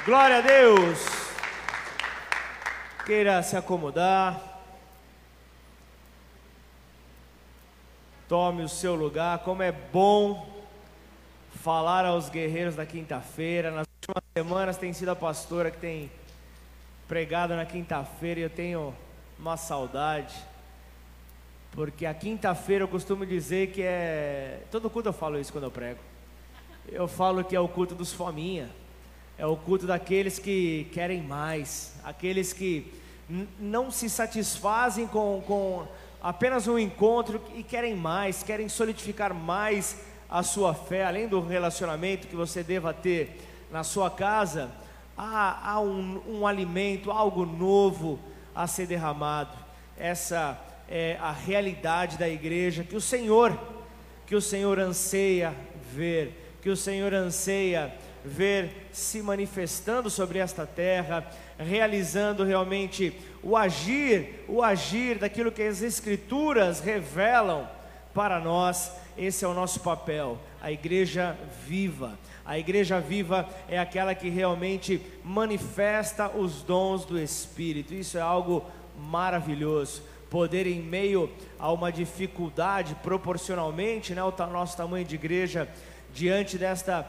Glória a Deus. Queira se acomodar. Tome o seu lugar. Como é bom falar aos guerreiros da quinta-feira. Nas últimas semanas tem sido a pastora que tem pregado na quinta-feira e eu tenho uma saudade. Porque a quinta-feira eu costumo dizer que todo culto eu falo isso quando eu prego. Eu falo que é o culto dos fominha. É o culto daqueles que querem mais, aqueles que não se satisfazem com apenas um encontro e querem mais, querem solidificar mais a sua fé, além do relacionamento que você deva ter na sua casa. Há um alimento, algo novo a ser derramado. Essa é a realidade da igreja que o Senhor anseia ver, que o Senhor anseia ver se manifestando sobre esta terra, realizando realmente o agir daquilo que as Escrituras revelam para nós. Esse é o nosso papel, a igreja viva. A igreja viva é aquela que realmente manifesta os dons do Espírito. Isso é algo maravilhoso. Poder, em meio a uma dificuldade, proporcionalmente, né, o nosso tamanho de igreja, diante desta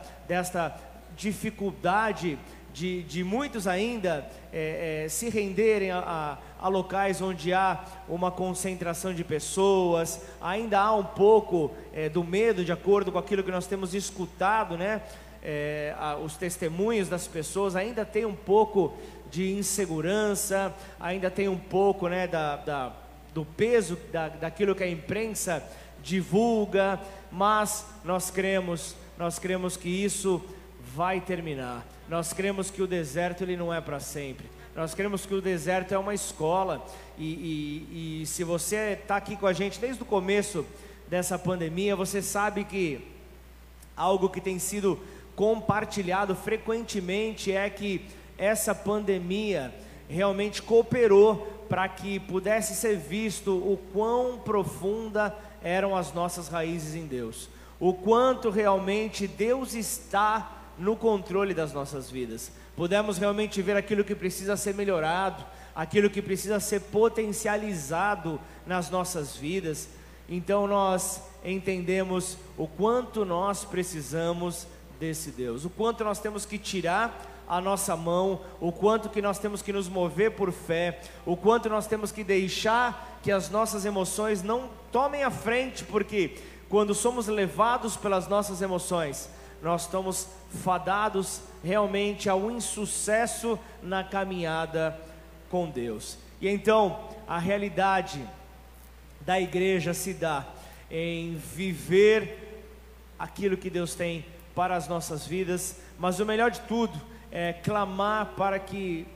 dificuldade de muitos ainda se renderem a locais onde há uma concentração de pessoas, ainda há um pouco do medo, de acordo com aquilo que nós temos escutado, né? Os testemunhos das pessoas, ainda tem um pouco de insegurança, ainda tem um pouco, né, do peso daquilo que a imprensa divulga, mas nós cremos que isso vai terminar. Nós cremos que o deserto ele não é para sempre. Nós cremos que o deserto é uma escola e se você está aqui com a gente desde o começo dessa pandemia, você sabe que algo que tem sido compartilhado frequentemente é que essa pandemia realmente cooperou para que pudesse ser visto o quão profunda eram as nossas raízes em Deus, o quanto realmente Deus está no controle das nossas vidas. Pudemos realmente ver aquilo que precisa ser melhorado, aquilo que precisa ser potencializado nas nossas vidas. Então nós entendemos o quanto nós precisamos desse Deus, o quanto nós temos que tirar a nossa mão, o quanto que nós temos que nos mover por fé, o quanto nós temos que deixar que as nossas emoções não tomem a frente, porque quando somos levados pelas nossas emoções, nós estamos fadados realmente ao insucesso na caminhada com Deus. E então a realidade da igreja se dá em viver aquilo que Deus tem para as nossas vidas, mas o melhor de tudo é clamar para que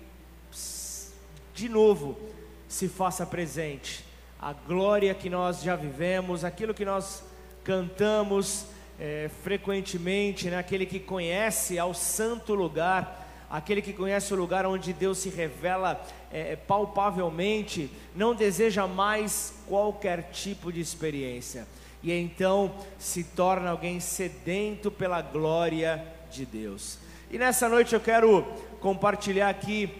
de novo se faça presente a glória que nós já vivemos, aquilo que nós cantamos frequentemente, né? Aquele que conhece ao santo lugar, aquele que conhece o lugar onde Deus se revela palpavelmente, não deseja mais qualquer tipo de experiência, e então se torna alguém sedento pela glória de Deus. E nessa noite eu quero compartilhar aqui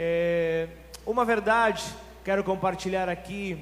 uma verdade, quero compartilhar aqui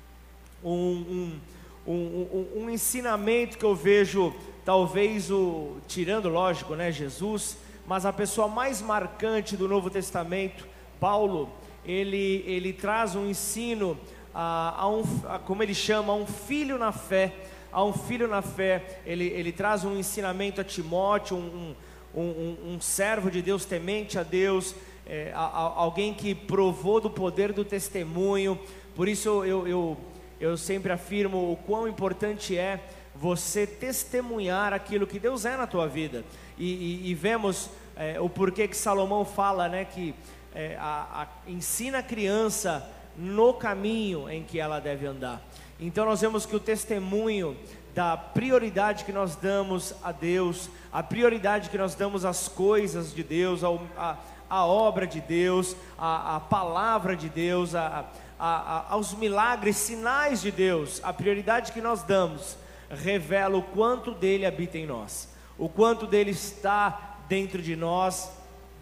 um ensinamento que eu vejo, talvez tirando, lógico, né, Jesus, mas a pessoa mais marcante do Novo Testamento, Paulo, ele traz um ensino como ele chama, a um filho na fé. A um filho na fé, ele traz um ensinamento a Timóteo, um servo de Deus, temente a Deus, alguém que provou do poder do testemunho. Por isso eu sempre afirmo o quão importante é você testemunhar aquilo que Deus é na tua vida. E vemos o porquê que Salomão fala, né, que ensina a criança no caminho em que ela deve andar. Então nós vemos que o testemunho da prioridade que nós damos a Deus, a prioridade que nós damos às coisas de Deus, à obra de Deus, à palavra de Deus, aos milagres, sinais de Deus, a prioridade que nós damos revela o quanto dele habita em nós, o quanto dele está dentro de nós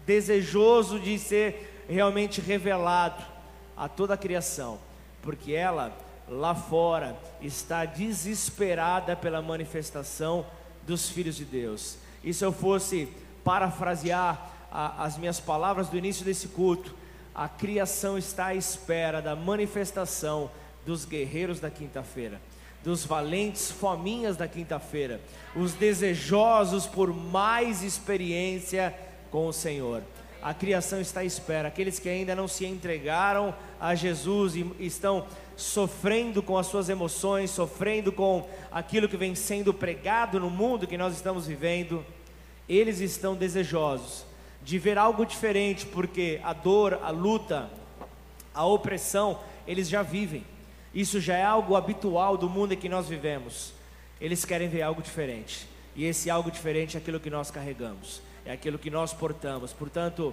desejoso de ser realmente revelado a toda a criação, porque ela lá fora está desesperada pela manifestação dos filhos de Deus. E se eu fosse parafrasear as minhas palavras do início desse culto, a criação está à espera da manifestação dos guerreiros da quinta-feira, dos valentes fominhas da quinta-feira, os desejosos por mais experiência com o Senhor. A criação está à espera, aqueles que ainda não se entregaram a Jesus e estão sofrendo com as suas emoções, sofrendo com aquilo que vem sendo pregado no mundo que nós estamos vivendo, eles estão desejosos de ver algo diferente, porque a dor, a luta, a opressão, eles já vivem. Isso já é algo habitual do mundo em que nós vivemos. Eles querem ver algo diferente, e esse algo diferente é aquilo que nós carregamos, é aquilo que nós portamos. Portanto,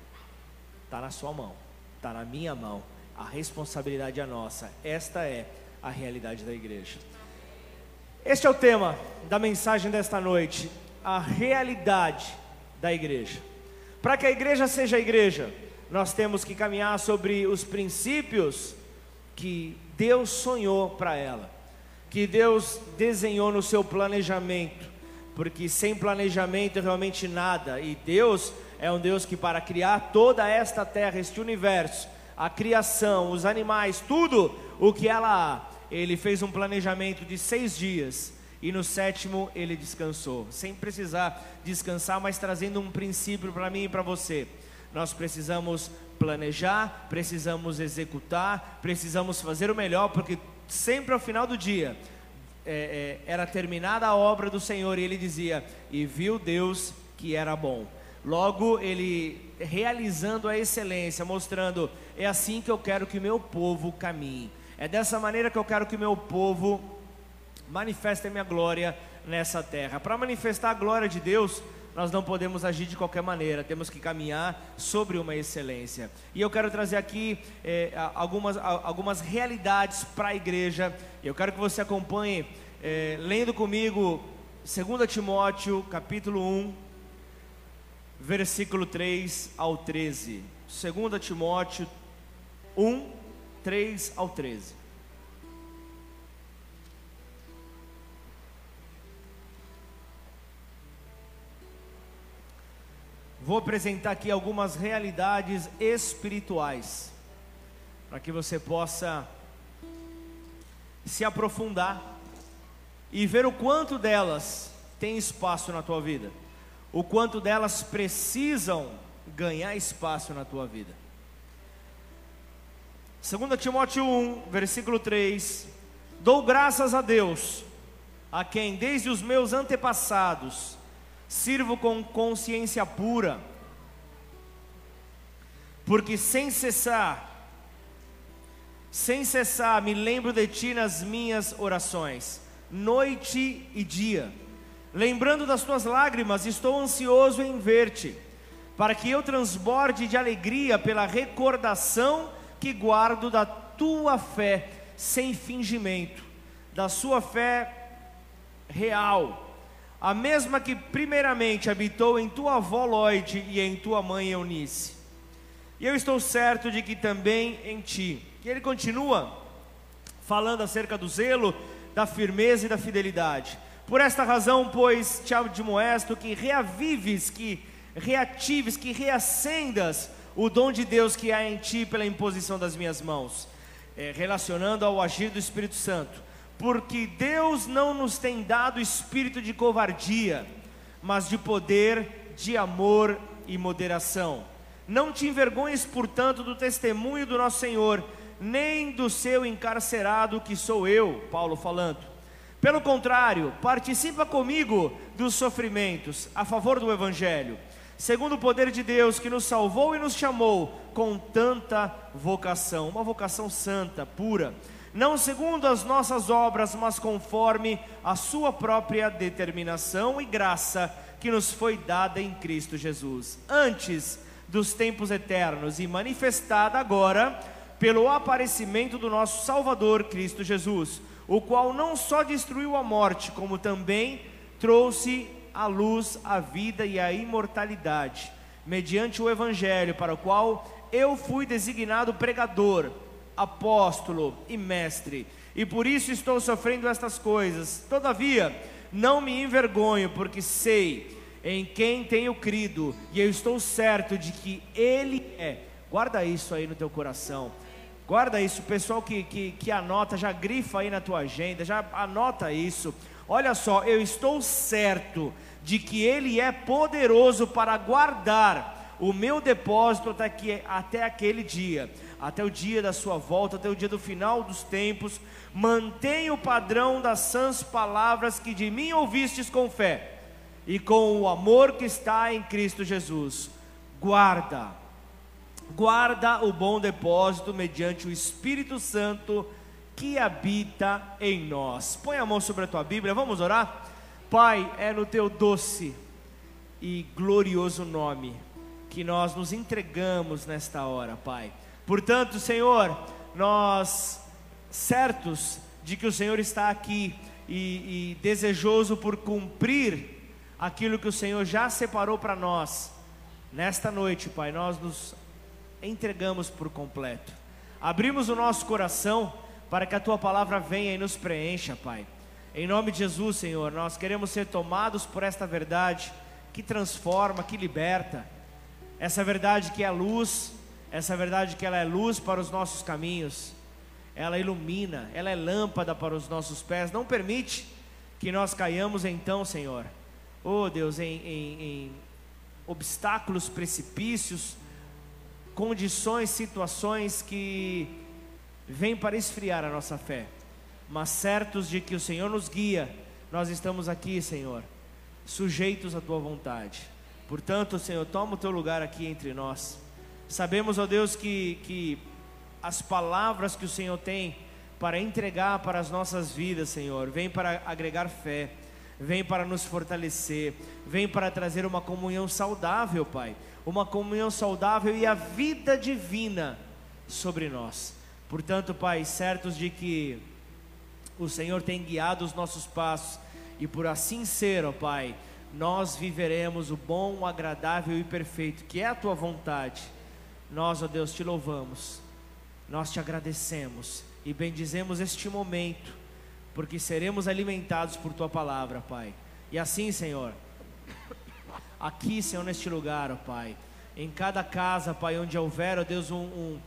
está na sua mão, está na minha mão, a responsabilidade é nossa. Esta é a realidade da igreja. Este é o tema da mensagem desta noite, a realidade da igreja. Para que a igreja seja a igreja, nós temos que caminhar sobre os princípios que Deus sonhou para ela, que Deus desenhou no seu planejamento, porque sem planejamento realmente nada, e Deus é um Deus que, para criar toda esta terra, este universo, a criação, os animais, tudo o que ela há, Ele fez um planejamento de 6 dias, e no 7º Ele descansou, sem precisar descansar, mas trazendo um princípio para mim e para você. Nós precisamos planejar, precisamos executar, precisamos fazer o melhor, porque sempre ao final do dia, era terminada a obra do Senhor, e Ele dizia, e viu Deus que era bom. Logo, Ele realizando a excelência, mostrando, é assim que eu quero que o meu povo caminhe, é dessa maneira que eu quero que o meu povo manifeste a minha glória nessa terra. Para manifestar a glória de Deus, nós não podemos agir de qualquer maneira, temos que caminhar sobre uma excelência. E eu quero trazer aqui algumas realidades para a igreja. Eu quero que você acompanhe, lendo comigo 2 Timóteo capítulo 1, versículo 3 ao 13. 2 Timóteo 1, 3 ao 13. Vou apresentar aqui algumas realidades espirituais, para que você possa se aprofundar e ver o quanto delas tem espaço na tua vida, o quanto delas precisam ganhar espaço na tua vida. 2 Timóteo 1, versículo 3: dou graças a Deus, a quem desde os meus antepassados sirvo com consciência pura, porque sem cessar me lembro de ti nas minhas orações, noite e dia. Lembrando das tuas lágrimas, estou ansioso em ver-te, para que eu transborde de alegria pela recordação que guardo da tua fé sem fingimento, da sua fé real, a mesma que primeiramente habitou em tua avó Loide e em tua mãe Eunice. E eu estou certo de que também em ti. E ele continua falando acerca do zelo, da firmeza e da fidelidade. Por esta razão, pois, te admoesto que reavives, que reatives, que reacendas o dom de Deus que há em ti pela imposição das minhas mãos, relacionando ao agir do Espírito Santo. Porque Deus não nos tem dado espírito de covardia, mas de poder, de amor e moderação. Não te envergonhes, portanto, do testemunho do nosso Senhor, nem do seu encarcerado, que sou eu, Paulo falando. Pelo contrário, participa comigo dos sofrimentos a favor do Evangelho, segundo o poder de Deus que nos salvou e nos chamou com tanta vocação, uma vocação santa, pura, não segundo as nossas obras, mas conforme a sua própria determinação e graça que nos foi dada em Cristo Jesus, antes dos tempos eternos e manifestada agora pelo aparecimento do nosso Salvador Cristo Jesus, o qual não só destruiu a morte, como também trouxe à luz a vida e a imortalidade. mediante o Evangelho, para o qual eu fui designado pregador, apóstolo e mestre, e por isso estou sofrendo estas coisas. Todavia, não me envergonho, porque sei em quem tenho crido, e eu estou certo de que Ele é. Guarda isso aí no teu coração. Guarda isso, pessoal que anota, já grifa aí na tua agenda, já anota isso. Olha só, eu estou certo de que Ele é poderoso para guardar o meu depósito até aquele dia, até o dia da sua volta, até o dia do final dos tempos. Mantenha o padrão das sãs palavras que de mim ouvistes com fé e com o amor que está em Cristo Jesus. Guarda o bom depósito mediante o Espírito Santo que habita em nós. Põe a mão sobre a tua Bíblia, vamos orar? Pai, é no teu doce e glorioso nome que nós nos entregamos nesta hora, Pai. Portanto, Senhor, nós certos de que o Senhor está aqui e desejoso por cumprir aquilo que o Senhor já separou para nós, nesta noite, Pai, nós nos entregamos por completo, abrimos o nosso coração para que a Tua palavra venha e nos preencha, Pai. Em nome de Jesus, Senhor, nós queremos ser tomados por esta verdade que transforma, que liberta, essa verdade que é luz, essa verdade que ela é luz para os nossos caminhos, ela ilumina, ela é lâmpada para os nossos pés. Não permite que nós caiamos então, Senhor, oh Deus, em obstáculos, precipícios, condições, situações que vêm para esfriar a nossa fé, mas certos de que o Senhor nos guia, nós estamos aqui, Senhor, sujeitos à Tua vontade. Portanto, Senhor, toma o Teu lugar aqui entre nós. Sabemos, ó Deus, que as palavras que o Senhor tem para entregar para as nossas vidas, Senhor, vem para agregar fé, vem para nos fortalecer, vem para trazer uma comunhão saudável, Pai, uma comunhão saudável e a vida divina sobre nós. Portanto, Pai, certos de que o Senhor tem guiado os nossos passos, e por assim ser, ó Pai, nós viveremos o bom, o agradável e perfeito, que é a Tua vontade. Nós, ó Deus, Te louvamos, nós Te agradecemos e bendizemos este momento, porque seremos alimentados por Tua palavra, Pai. E assim, Senhor, aqui, Senhor, neste lugar, ó Pai, em cada casa, Pai, onde houver, ó Deus, um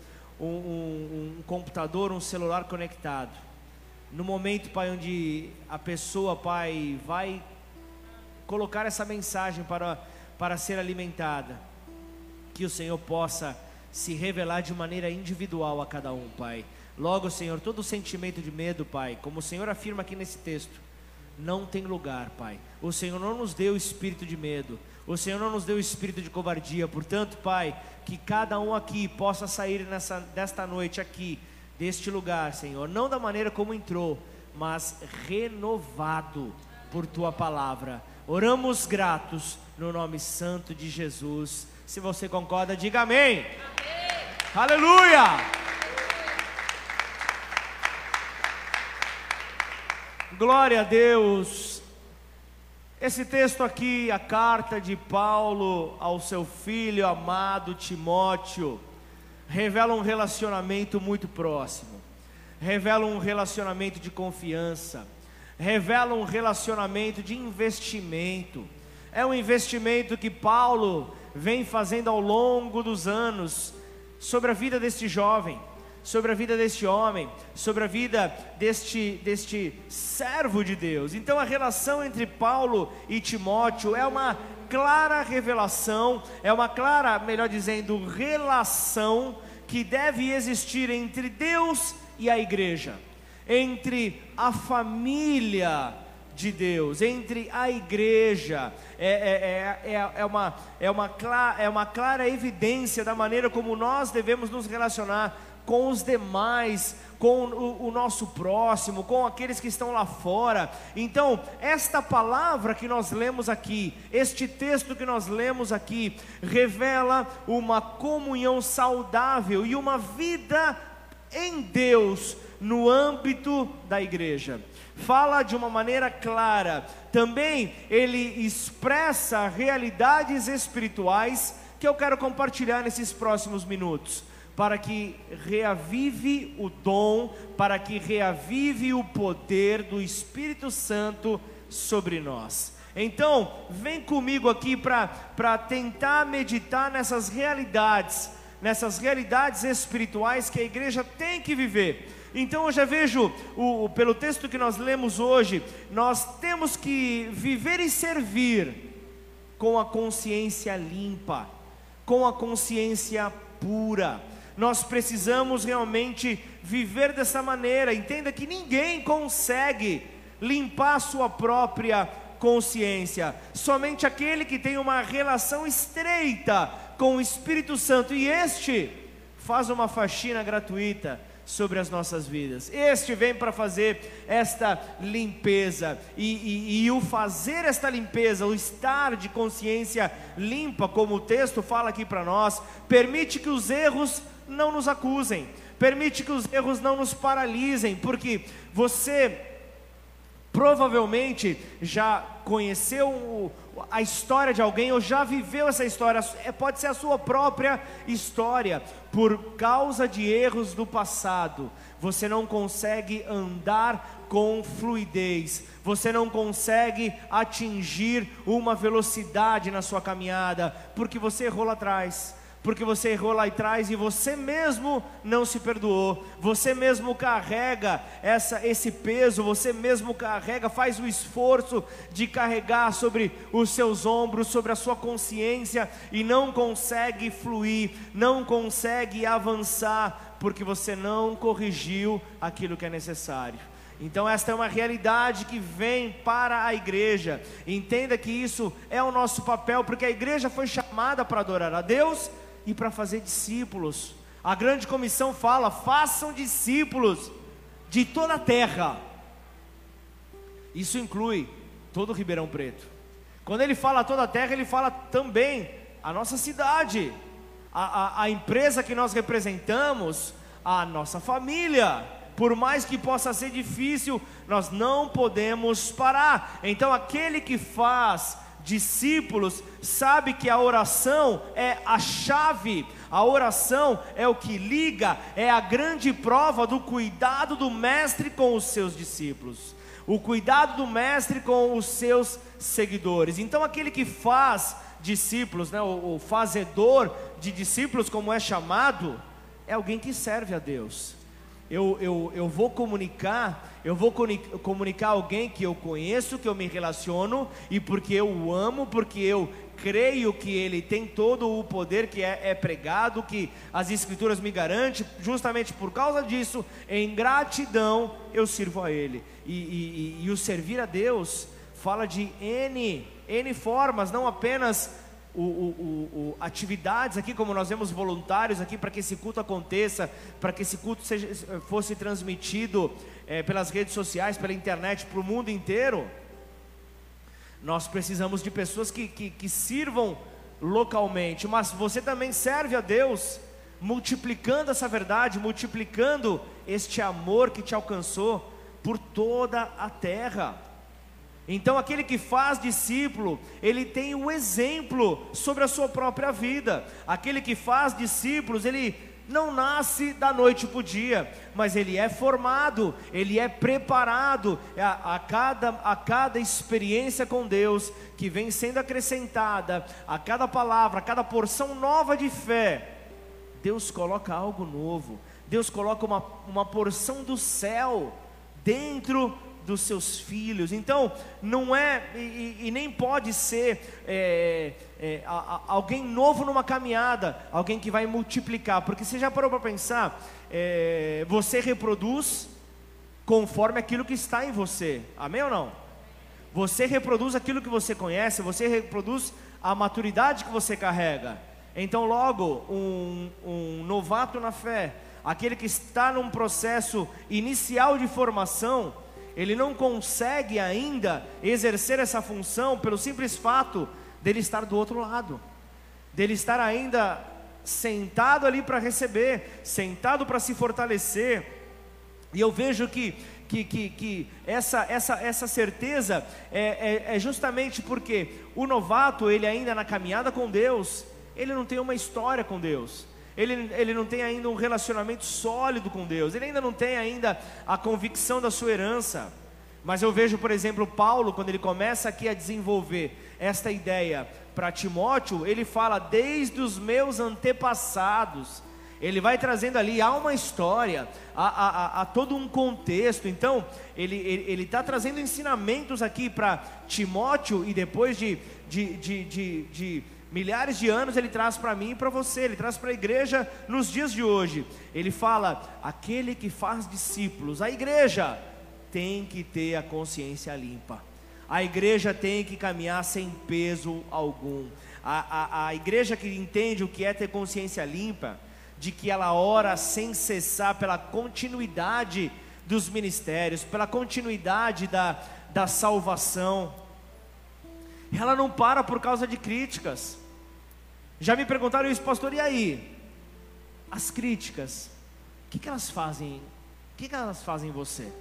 computador, um celular conectado, no momento, Pai, onde a pessoa, Pai, vai colocar essa mensagem para ser alimentada, que o Senhor possa se revelar de maneira individual a cada um, Pai. Logo, Senhor, todo sentimento de medo, Pai, como o Senhor afirma aqui nesse texto, não tem lugar, Pai. O Senhor não nos deu espírito de medo, o Senhor não nos deu espírito de covardia. Portanto, Pai, que cada um aqui possa sair desta noite aqui, deste lugar, Senhor, não da maneira como entrou, mas renovado por Tua palavra. Oramos gratos no nome santo de Jesus. Se você concorda, diga amém. Amém. Aleluia. Glória a Deus. Esse texto aqui, a carta de Paulo ao seu filho amado Timóteo, revela um relacionamento muito próximo, revela um relacionamento de confiança, revela um relacionamento de investimento. É um investimento que Paulo vem fazendo ao longo dos anos sobre a vida deste jovem, sobre a vida deste homem, sobre a vida deste servo de Deus. Então a relação entre Paulo e Timóteo é uma clara revelação, é uma clara, melhor dizendo, relação que deve existir entre Deus e a igreja, entre a família de Deus, entre a igreja. É uma clara evidência da maneira como nós devemos nos relacionar com os demais, com o nosso próximo, com aqueles que estão lá fora. Então, esta palavra que nós lemos aqui, este texto que nós lemos aqui, revela uma comunhão saudável e uma vida em Deus no âmbito da igreja. Fala de uma maneira clara. Também ele expressa realidades espirituais que eu quero compartilhar nesses próximos minutos, para que reavive o dom, para que reavive o poder do Espírito Santo sobre nós. Então, vem comigo aqui para tentar meditar nessas realidades espirituais que a igreja tem que viver. Então eu já vejo, pelo texto que nós lemos hoje, nós temos que viver e servir com a consciência limpa, com a consciência pura. Nós precisamos realmente viver dessa maneira. Entenda que ninguém consegue limpar a sua própria consciência, somente aquele que tem uma relação estreita com o Espírito Santo, e este faz uma faxina gratuita sobre as nossas vidas. Este vem para fazer esta limpeza, e o fazer esta limpeza, o estar de consciência limpa, como o texto fala aqui para nós, permite que os erros não nos acusem, permite que os erros não nos paralisem, porque você provavelmente já conheceu a história de alguém, ou já viveu essa história, pode ser a sua própria história. Por causa de erros do passado, você não consegue andar com fluidez, você não consegue atingir uma velocidade na sua caminhada, porque você errou lá atrás. Porque você errou lá atrás e você mesmo não se perdoou, você mesmo carrega esse peso, você mesmo faz o esforço de carregar sobre os seus ombros, sobre a sua consciência, e não consegue fluir, não consegue avançar, porque você não corrigiu aquilo que é necessário. Então esta é uma realidade que vem para a igreja. Entenda que isso é o nosso papel, porque a igreja foi chamada para adorar a Deus e para fazer discípulos. A grande comissão fala: façam discípulos de toda a terra. Isso inclui todo o Ribeirão Preto. Quando ele fala toda a terra, ele fala também a nossa cidade, a empresa que nós representamos, a nossa família. Por mais que possa ser difícil, nós não podemos parar. Então aquele que faz discípulos sabe que a oração é a chave, a oração é o que liga, é a grande prova do cuidado do mestre com os seus discípulos, o cuidado do mestre com os seus seguidores. Então aquele que faz discípulos, né, o fazedor de discípulos, como é chamado, é alguém que serve a Deus. Eu vou comunicar alguém que eu conheço, que eu me relaciono, e porque eu o amo, porque eu creio que ele tem todo o poder que é pregado, que as Escrituras me garantem. Justamente por causa disso, em gratidão, eu sirvo a ele. E o servir a Deus fala de N formas, não apenas atividades aqui, como nós vemos voluntários aqui para que esse culto aconteça, para que esse culto fosse transmitido pelas redes sociais, pela internet, para o mundo inteiro. Nós precisamos de pessoas que sirvam localmente, mas você também serve a Deus, multiplicando essa verdade, multiplicando este amor que te alcançou por toda a terra. Então aquele que faz discípulo, ele tem o exemplo sobre a sua própria vida. Aquele que faz discípulos, ele não nasce da noite para o dia, mas ele é formado, ele é preparado a cada experiência com Deus que vem sendo acrescentada, a cada palavra, a cada porção nova de fé. Deus coloca algo novo, Deus coloca uma porção do céu dentro dos seus filhos. Então não é e nem pode ser alguém novo numa caminhada, alguém que vai multiplicar, porque você já parou para pensar, você reproduz conforme aquilo que está em você, amém ou não? Você reproduz aquilo que você conhece, você reproduz a maturidade que você carrega. Então logo um novato na fé, aquele que está num processo inicial de formação, ele não consegue ainda exercer essa função pelo simples fato dele estar do outro lado, dele estar ainda sentado ali para receber, sentado para se fortalecer. E eu vejo que essa certeza é justamente porque o novato, ele ainda na caminhada com Deus, ele não tem uma história com Deus. Ele não tem ainda um relacionamento sólido com Deus. Ele ainda não tem ainda a convicção da sua herança. Mas eu vejo, por exemplo, Paulo, quando ele começa aqui a desenvolver esta ideia para Timóteo, ele fala desde os meus antepassados. Ele vai trazendo ali, há uma história, há todo um contexto. Então, ele está trazendo ensinamentos aqui para Timóteo, e depois de milhares de anos ele traz para mim e para você, ele traz para a igreja nos dias de hoje. Ele fala, aquele que faz discípulos, a igreja tem que ter a consciência limpa, a igreja tem que caminhar sem peso algum. A igreja que entende o que é ter consciência limpa, de que ela ora sem cessar pela continuidade dos ministérios, pela continuidade da salvação. Ela não para por causa de críticas. Já me perguntaram isso, pastor, e aí? As críticas, o que elas fazem? O que elas fazem em você?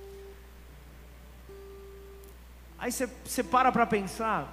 Aí você para pensar,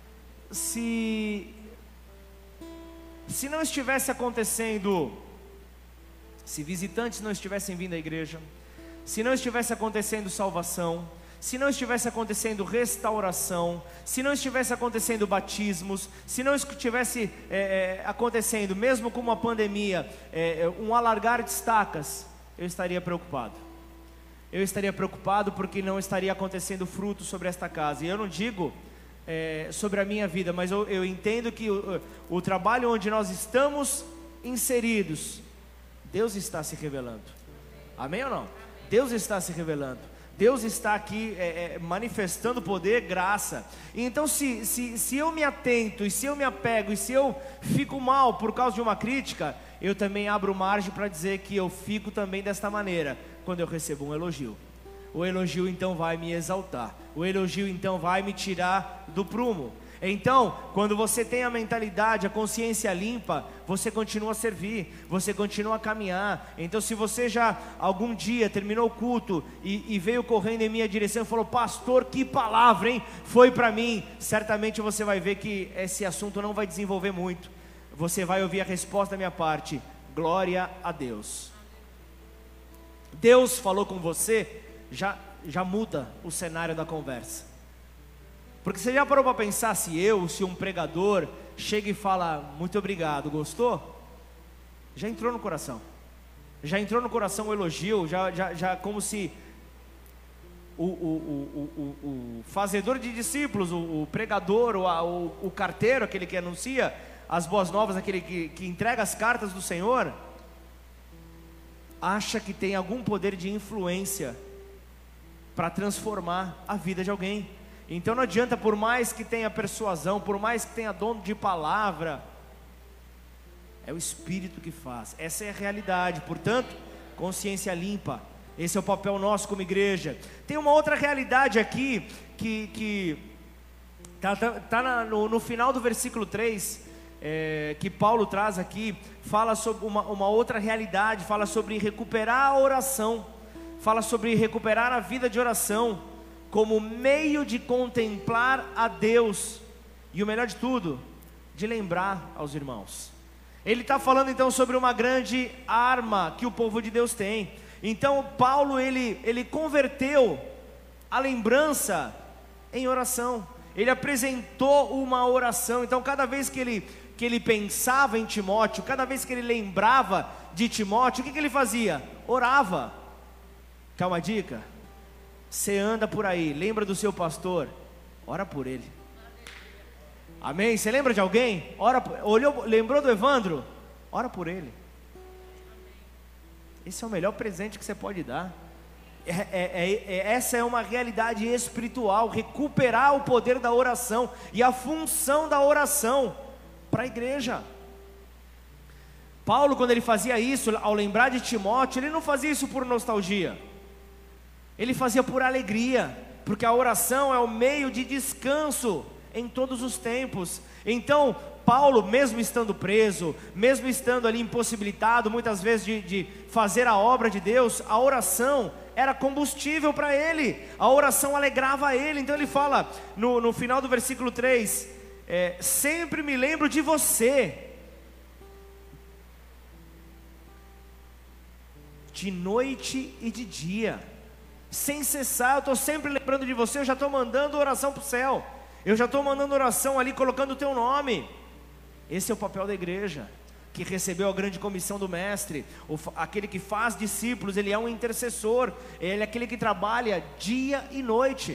se não estivesse acontecendo, se visitantes não estivessem vindo à igreja, se não estivesse acontecendo salvação, se não estivesse acontecendo restauração, se não estivesse acontecendo batismos, se não estivesse acontecendo, mesmo com uma pandemia, um alargar de estacas, eu estaria preocupado. Eu estaria preocupado porque não estaria acontecendo fruto sobre esta casa. E eu não digo sobre a minha vida, mas eu entendo que o trabalho onde nós estamos inseridos, Deus está se revelando. Amém ou não? Deus está se revelando. Deus está aqui manifestando poder, graça. Então se eu me atento, e se eu me apego, e se eu fico mal por causa de uma crítica, eu também abro margem para dizer que eu fico também desta maneira, quando eu recebo um elogio. O elogio então vai me exaltar, o elogio então vai me tirar do prumo. Então, quando você tem a mentalidade, a consciência limpa, você continua a servir, você continua a caminhar. Então, se você já algum dia terminou o culto e veio correndo em minha direção e falou, pastor, que palavra, hein? Foi para mim. Certamente você vai ver que esse assunto não vai desenvolver muito. Você vai ouvir a resposta da minha parte, glória a Deus. Deus falou com você, já muda o cenário da conversa. Porque você já parou para pensar se um pregador chega e fala, muito obrigado, gostou? Já entrou no coração. Já entrou no coração o elogio, já como se o fazedor de discípulos, o pregador, o carteiro, aquele que anuncia as boas novas, aquele que entrega as cartas do Senhor, acha que tem algum poder de influência para transformar a vida de alguém. Então não adianta, por mais que tenha persuasão, por mais que tenha dom de palavra, é o Espírito que faz. Essa é a realidade. Portanto, consciência limpa, esse é o papel nosso como igreja. Tem uma outra realidade aqui, que está no final do versículo 3, que Paulo traz aqui, fala sobre uma outra realidade, fala sobre recuperar a oração, fala sobre recuperar a vida de oração, como meio de contemplar a Deus, e o melhor de tudo, de lembrar aos irmãos. Ele está falando então sobre uma grande arma que o povo de Deus tem. Então Paulo, ele converteu a lembrança em oração. Ele apresentou uma oração. Então cada vez que ele pensava em Timóteo, cada vez que ele lembrava de Timóteo, o que ele fazia? Orava. Quer uma dica? Você anda por aí, lembra do seu pastor, ora por ele. Amém? Você lembra de alguém? Lembrou do Evandro? Ora por ele. Esse é o melhor presente que você pode dar. Essa é uma realidade espiritual, recuperar o poder da oração e a função da oração para a igreja. Paulo, quando ele fazia isso, ao lembrar de Timóteo, ele não fazia isso por nostalgia. Ele fazia por alegria, porque a oração é o meio de descanso em todos os tempos. Então Paulo, mesmo estando preso, mesmo estando ali impossibilitado muitas vezes de fazer a obra de Deus, a oração era combustível para ele, a oração alegrava ele. Então ele fala no final do versículo 3, sempre me lembro de você, de noite e de dia, sem cessar. Eu estou sempre lembrando de você, eu já estou mandando oração para o céu, eu já estou mandando oração ali, colocando o teu nome. Esse é o papel da igreja, que recebeu a grande comissão do mestre. Aquele que faz discípulos, ele é um intercessor, ele é aquele que trabalha dia e noite.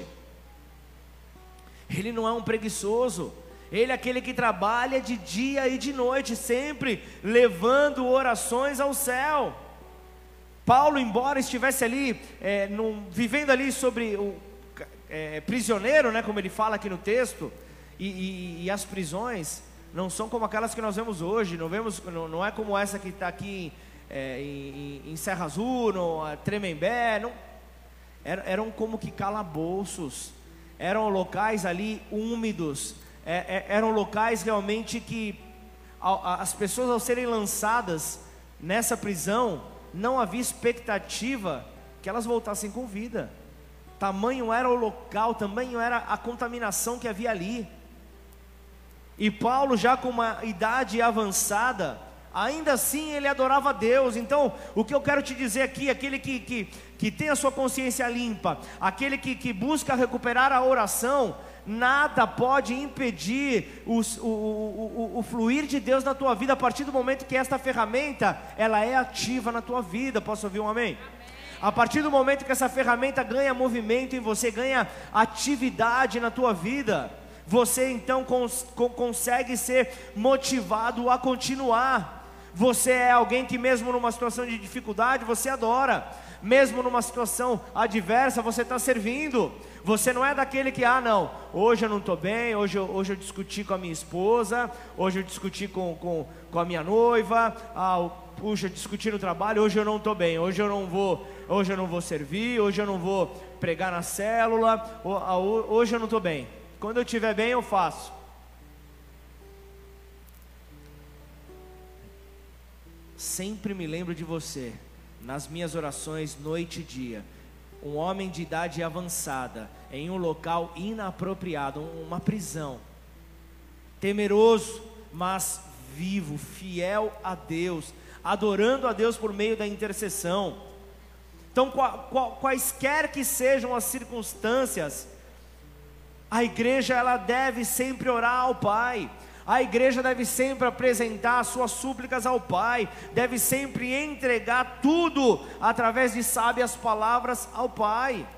Ele não é um preguiçoso, ele é aquele que trabalha de dia e de noite, sempre levando orações ao céu. Paulo, embora estivesse ali, vivendo ali sobre o prisioneiro, né, como ele fala aqui no texto, e as prisões não são como aquelas que nós vemos hoje, não é como essa que está aqui em Serra Azul, no Tremembé, não, eram como que calabouços, eram locais ali úmidos, eram locais realmente que as pessoas, ao serem lançadas nessa prisão, não havia expectativa que elas voltassem com vida. Tamanho era o local, tamanho era a contaminação que havia ali. E Paulo, já com uma idade avançada, ainda assim ele adorava a Deus. Então, o que eu quero te dizer aqui, aquele que tem a sua consciência limpa, aquele que busca recuperar a oração, nada pode impedir o fluir de Deus na tua vida, a partir do momento que esta ferramenta, ela é ativa na tua vida. Posso ouvir um amém? A partir do momento que essa ferramenta ganha movimento em você, ganha atividade na tua vida, você então consegue ser motivado a continuar. Você é alguém que mesmo numa situação de dificuldade, você adora. Mesmo numa situação adversa, você está servindo. Você não é daquele que, não, hoje eu não estou bem, hoje eu discuti com a minha esposa, hoje eu discuti com a minha noiva, puxa, eu discuti no trabalho, hoje eu não estou bem, hoje eu não vou servir, hoje eu não vou pregar na célula, hoje eu não estou bem. Quando eu estiver bem, eu faço. Sempre me lembro de você, nas minhas orações, noite e dia. Um homem de idade avançada, em um local inapropriado, uma prisão. Temeroso, mas vivo, fiel a Deus, adorando a Deus por meio da intercessão. Então, quaisquer que sejam as circunstâncias, a igreja, ela deve sempre orar ao Pai. A igreja deve sempre apresentar suas súplicas ao Pai, deve sempre entregar tudo através de sábias palavras ao Pai.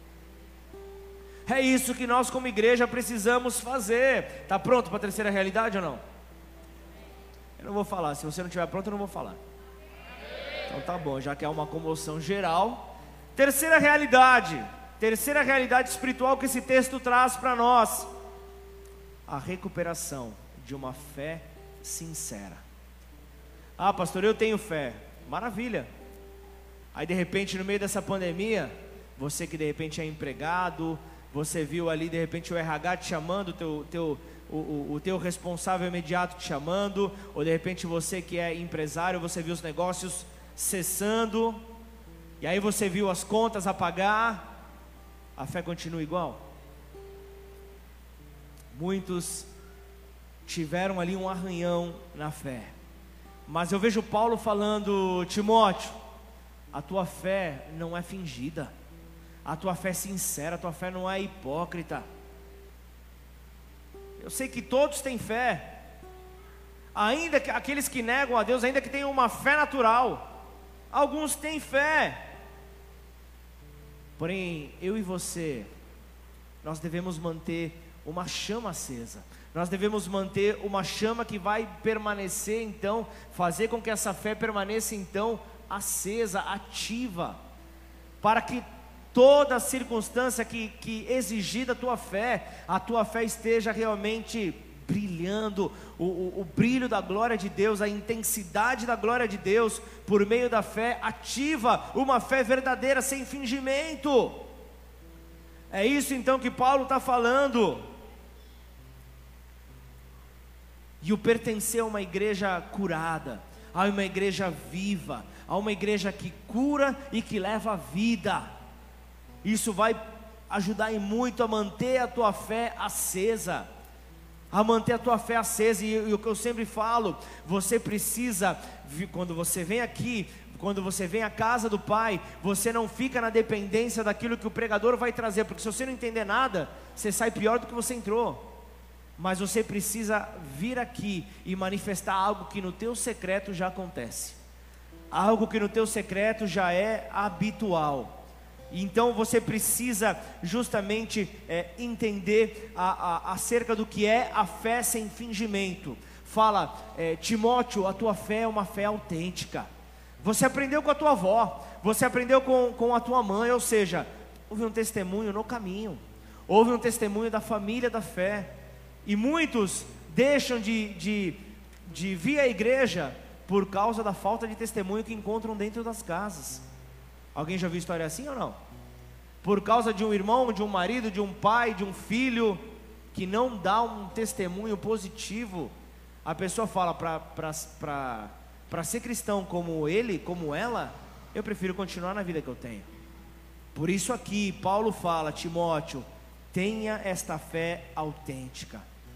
É isso que nós como igreja precisamos fazer. Está pronto para a terceira realidade ou não? Eu não vou falar, se você não estiver pronto eu não vou falar. Então tá bom, já que é uma comoção geral. Terceira realidade espiritual que esse texto traz para nós: a recuperação de uma fé sincera. Pastor, eu tenho fé. Maravilha. Aí de repente, no meio dessa pandemia, você que de repente é empregado, você viu ali de repente o RH te chamando, o teu responsável imediato te chamando, ou de repente você que é empresário, você viu os negócios cessando, e aí você viu as contas a pagar. A fé continua igual? Muitos tiveram ali um arranhão na fé, mas eu vejo Paulo falando: Timóteo, a tua fé não é fingida, a tua fé é sincera, a tua fé não é hipócrita. Eu sei que todos têm fé, ainda que aqueles que negam a Deus, ainda que tenham uma fé natural, alguns têm fé. Porém, eu e você, nós devemos manter uma chama acesa. Nós devemos manter uma chama que vai permanecer, então, fazer com que essa fé permaneça, então, acesa, ativa, para que toda circunstância que exigir da tua fé, a tua fé esteja realmente brilhando, o brilho da glória de Deus, a intensidade da glória de Deus, por meio da fé, ativa uma fé verdadeira, sem fingimento. É isso então que Paulo está falando. E o pertencer a uma igreja curada, a uma igreja viva, a uma igreja que cura e que leva a vida, isso vai ajudar em muito a manter a tua fé acesa. A manter a tua fé acesa. E o que eu sempre falo, você precisa, quando você vem aqui, quando você vem à casa do Pai, você não fica na dependência daquilo que o pregador vai trazer, porque se você não entender nada, você sai pior do que você entrou. Mas você precisa vir aqui e manifestar algo que no teu secreto já acontece, algo que no teu secreto já é habitual. Então você precisa justamente entender acerca do que é a fé sem fingimento. Fala, Timóteo, a tua fé é uma fé autêntica. Você aprendeu com a tua avó, você aprendeu com a tua mãe, ou seja, houve um testemunho no caminho, houve um testemunho da família da fé. E muitos deixam de vir à igreja por causa da falta de testemunho que encontram dentro das casas. Alguém já viu história assim ou não? Por causa de um irmão, de um marido, de um pai, de um filho que não dá um testemunho positivo, a pessoa fala, para ser cristão como ele, como ela, eu prefiro continuar na vida que eu tenho. Por isso aqui Paulo fala, Timóteo, tenha esta fé autêntica.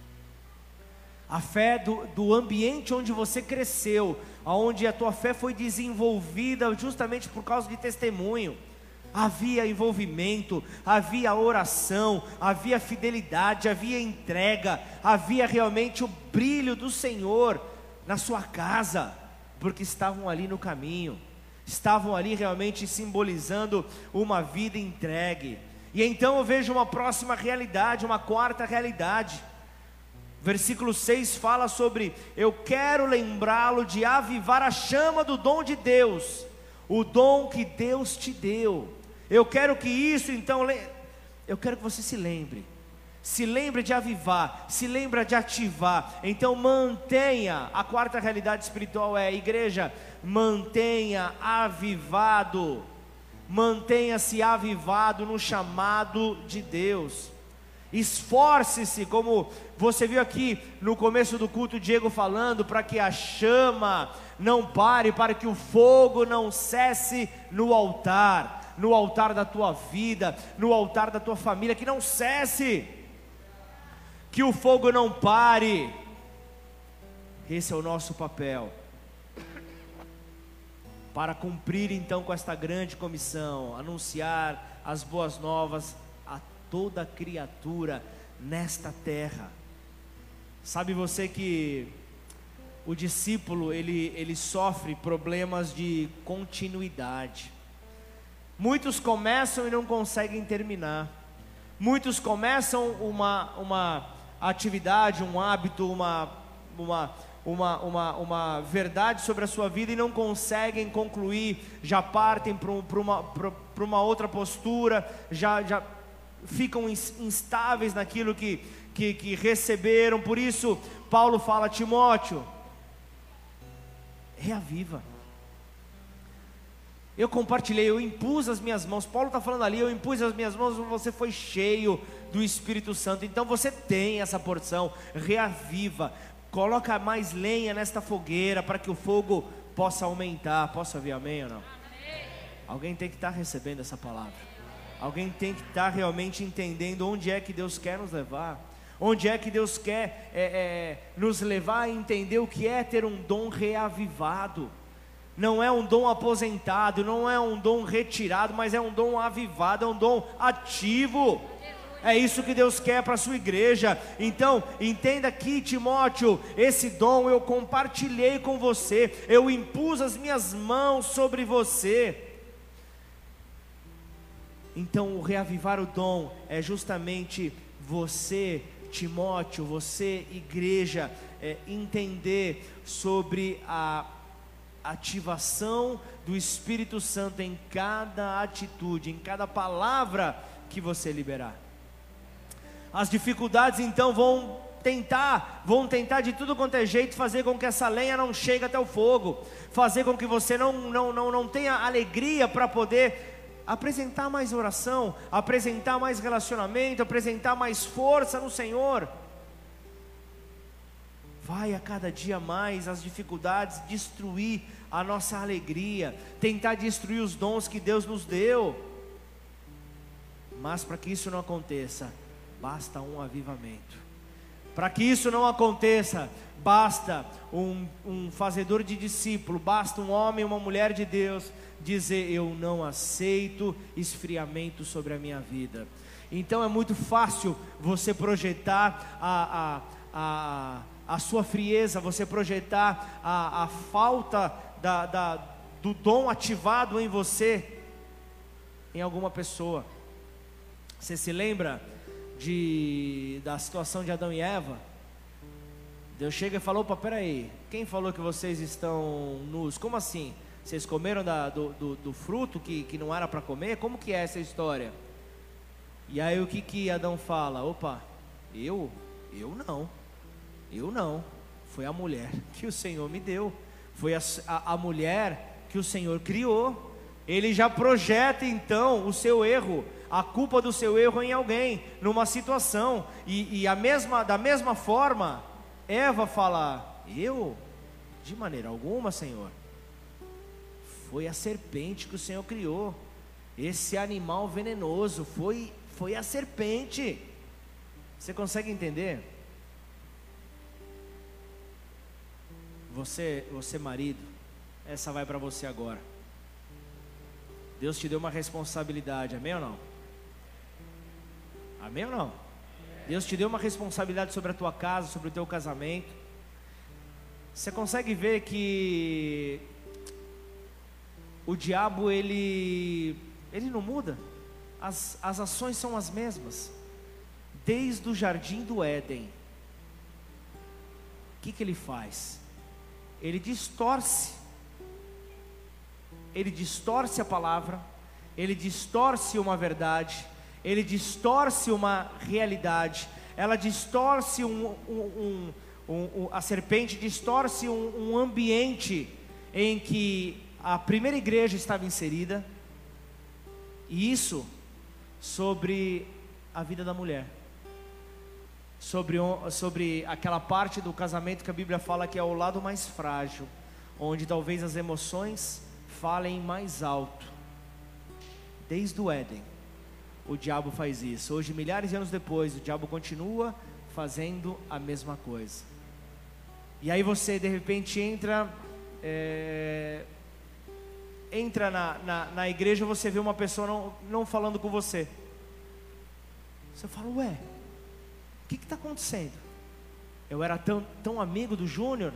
A fé do ambiente onde você cresceu, onde a tua fé foi desenvolvida justamente por causa de testemunho. Havia envolvimento, havia oração, havia fidelidade, havia entrega, havia realmente o brilho do Senhor na sua casa, porque estavam ali no caminho, estavam ali realmente simbolizando uma vida entregue. E então eu vejo uma próxima realidade, uma quarta realidade. Versículo 6 fala sobre: eu quero lembrá-lo de avivar a chama do dom de Deus, o dom que Deus te deu. Eu quero que isso, então, eu quero que você se lembre de avivar, se lembre de ativar. Então mantenha, a quarta realidade espiritual é, igreja, mantenha avivado, mantenha-se avivado no chamado de Deus. Esforce-se, como você viu aqui no começo do culto, Diego falando, para que a chama não pare, para que o fogo não cesse no altar da tua vida, no altar da tua família, que não cesse, que o fogo não pare. Esse é o nosso papel, para cumprir então com esta grande comissão, anunciar as boas novas a toda criatura nesta terra. Sabe você que o discípulo ele sofre problemas de continuidade. Muitos começam e não conseguem terminar. Muitos começam uma atividade, um hábito, uma verdade sobre a sua vida e não conseguem concluir, já partem para uma outra postura, já ficam instáveis naquilo que receberam. Por isso Paulo fala, Timóteo, reaviva. Eu compartilhei, eu impus as minhas mãos. Paulo está falando ali, eu impus as minhas mãos, você foi cheio do Espírito Santo. Então você tem essa porção, reaviva. Coloca mais lenha nesta fogueira, para que o fogo possa aumentar. Posso ouvir amém ou não? Amém. Alguém tem que estar recebendo essa palavra. Alguém tem que estar realmente entendendo onde é que Deus quer nos levar. Onde é que Deus quer nos levar a entender o que é ter um dom reavivado. Não é um dom aposentado, não é um dom retirado, mas é um dom avivado, é um dom ativo. É isso que Deus quer para a sua igreja. Então, entenda aqui, Timóteo, esse dom eu compartilhei com você, eu impus as minhas mãos sobre você. Então, o reavivar o dom é justamente você, Timóteo, você, igreja, entender sobre a ativação do Espírito Santo em cada atitude, em cada palavra que você liberar. As dificuldades então vão tentar de tudo quanto é jeito fazer com que essa lenha não chegue até o fogo, fazer com que você não tenha alegria para poder apresentar mais oração, apresentar mais relacionamento, apresentar mais força no Senhor. Vai a cada dia mais as dificuldades destruir a nossa alegria, tentar destruir os dons que Deus nos deu. Mas para que isso não aconteça, basta um avivamento. Para que isso não aconteça, basta um fazedor de discípulo, basta um homem e uma mulher de Deus dizer: eu não aceito esfriamento sobre a minha vida. Então é muito fácil você projetar a sua frieza, você projetar a falta do dom ativado em você, em alguma pessoa. Você se lembra da situação de Adão e Eva? Deus chega e falou: opa, peraí, quem falou que vocês estão nus? Como assim? Vocês comeram do fruto que não era para comer? Como que é essa história? E aí o que Adão fala? Opa, eu não, foi a mulher que o Senhor me deu, foi a mulher que o Senhor criou. Ele já projeta então o seu erro, a culpa do seu erro em alguém, numa situação, e da mesma forma, Eva fala: eu? De maneira alguma, Senhor, foi a serpente que o Senhor criou, esse animal venenoso, foi a serpente. Você consegue entender? Você marido, essa vai para você agora. Deus te deu uma responsabilidade, amém ou não? Amém ou não? Deus te deu uma responsabilidade sobre a tua casa, sobre o teu casamento. Você consegue ver que o diabo, ele não muda? As ações são as mesmas. Desde o jardim do Éden, o que ele faz? Ele distorce a palavra, ele distorce uma verdade, ele distorce uma realidade, ela distorce a serpente distorce um ambiente em que a primeira igreja estava inserida, e isso sobre a vida da mulher, sobre aquela parte do casamento que a Bíblia fala que é o lado mais frágil, onde talvez as emoções falem mais alto. Desde o Éden, o diabo faz isso. Hoje, milhares de anos depois, o diabo continua fazendo a mesma coisa. E aí você de repente entra na igreja, você vê uma pessoa não falando com você. Você fala: ué, o que está acontecendo? Eu era tão amigo do Júnior,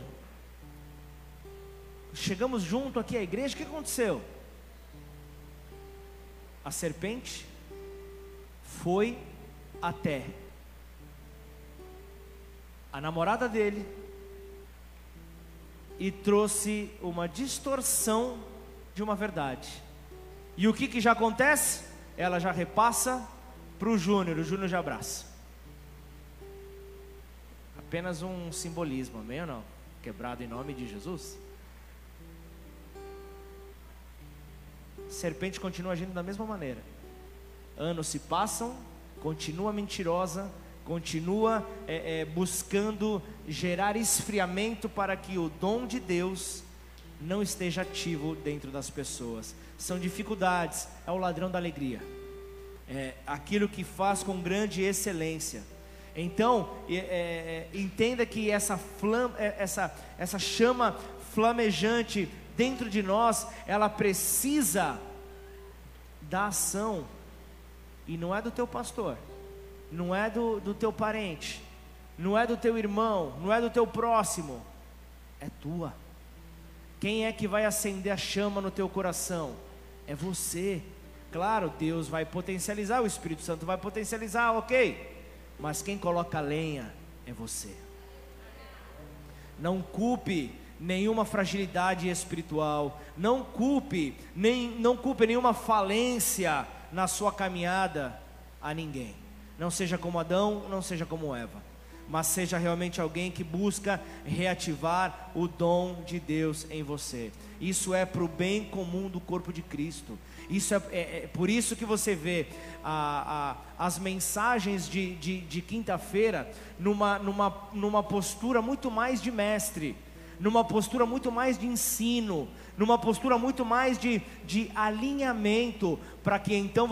chegamos junto aqui à igreja, o que aconteceu? A serpente foi até a namorada dele e trouxe uma distorção de uma verdade. E o que já acontece? Ela já repassa para o Júnior já abraça. Apenas um simbolismo, amém ou não? Quebrado em nome de Jesus. Serpente continua agindo da mesma maneira. Anos se passam, continua mentirosa, continua buscando gerar esfriamento para que o dom de Deus não esteja ativo dentro das pessoas. São dificuldades, é o ladrão da alegria, é aquilo que faz com grande excelência. Então, entenda que essa chama flamejante dentro de nós, ela precisa da ação, e não é do teu pastor, não é do teu parente, não é do teu irmão, não é do teu próximo, é tua. Quem é que vai acender a chama no teu coração? É você. Claro, Deus vai potencializar, o Espírito Santo vai potencializar, ok, mas quem coloca a lenha é você. Não culpe nenhuma fragilidade espiritual, não culpe nenhuma falência na sua caminhada a ninguém. Não seja como Adão, não seja como Eva, mas seja realmente alguém que busca reativar o dom de Deus em você. Isso é para o bem comum do corpo de Cristo. Isso é por isso que você vê as mensagens de quinta-feira numa postura muito mais de mestre. numa postura muito mais de ensino, numa postura muito mais de alinhamento, para que então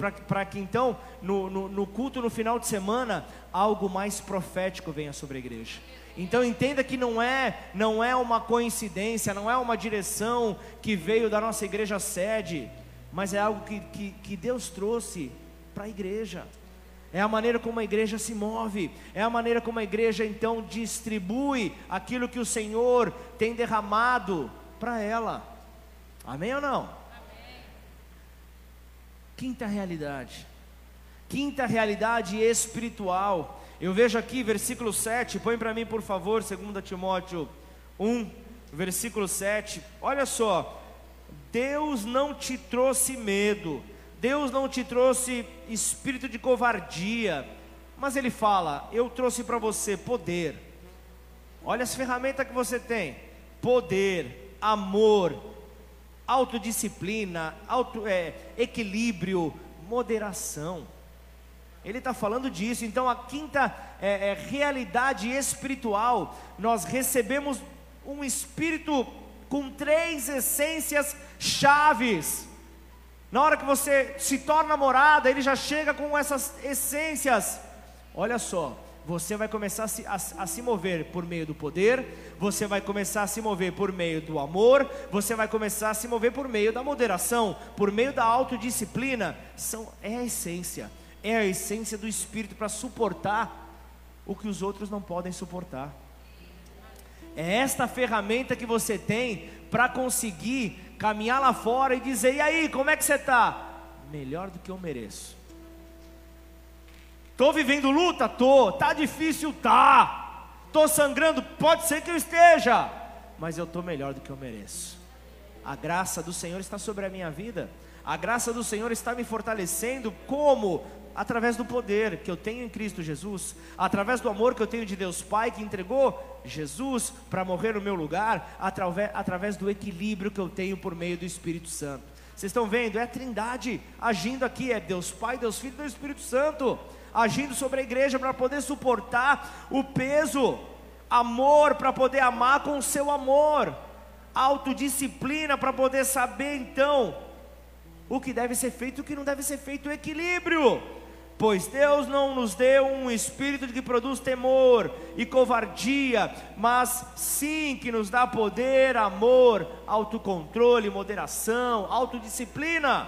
no culto no final de semana, algo mais profético venha sobre a igreja. Então entenda que não é uma coincidência, não é uma direção que veio da nossa igreja sede, mas é algo que Deus trouxe para a igreja. É a maneira como a igreja se move, é a maneira como a igreja então distribui aquilo que o Senhor tem derramado para ela. Amém ou não? Amém. Quinta realidade espiritual. Eu vejo aqui versículo 7, põe para mim por favor, 2 Timóteo 1, versículo 7. Olha só, Deus não te trouxe medo, Deus não te trouxe espírito de covardia, mas Ele fala, eu trouxe para você poder. Olha as ferramentas que você tem: poder, amor, autodisciplina, equilíbrio, moderação. Ele está falando disso. Então a quinta realidade espiritual, nós recebemos um espírito com 3 essências chaves. Na hora que você se torna morada, ele já chega com essas essências. Olha só, você vai começar a se mover por meio do poder, você vai começar a se mover por meio do amor, você vai começar a se mover por meio da moderação, por meio da autodisciplina. É a essência do Espírito para suportar o que os outros não podem suportar. É esta ferramenta que você tem para conseguir caminhar lá fora e dizer: e aí, como é que você está? Melhor do que eu mereço. Estou vivendo luta? Estou. Está difícil? Está. Estou sangrando? Pode ser que eu esteja, mas eu estou melhor do que eu mereço. A graça do Senhor está sobre a minha vida. A graça do Senhor está me fortalecendo. Como? Através do poder que eu tenho em Cristo Jesus, através do amor que eu tenho de Deus Pai, que entregou Jesus para morrer no meu lugar, através do equilíbrio que eu tenho por meio do Espírito Santo. Vocês estão vendo? É a Trindade agindo aqui, é Deus Pai, Deus Filho e Deus Espírito Santo agindo sobre a igreja para poder suportar o peso. Amor para poder amar com o seu amor, autodisciplina para poder saber então o que deve ser feito e o que não deve ser feito, equilíbrio. Pois Deus não nos deu um espírito que produz temor e covardia, mas sim que nos dá poder, amor, autocontrole, moderação, autodisciplina.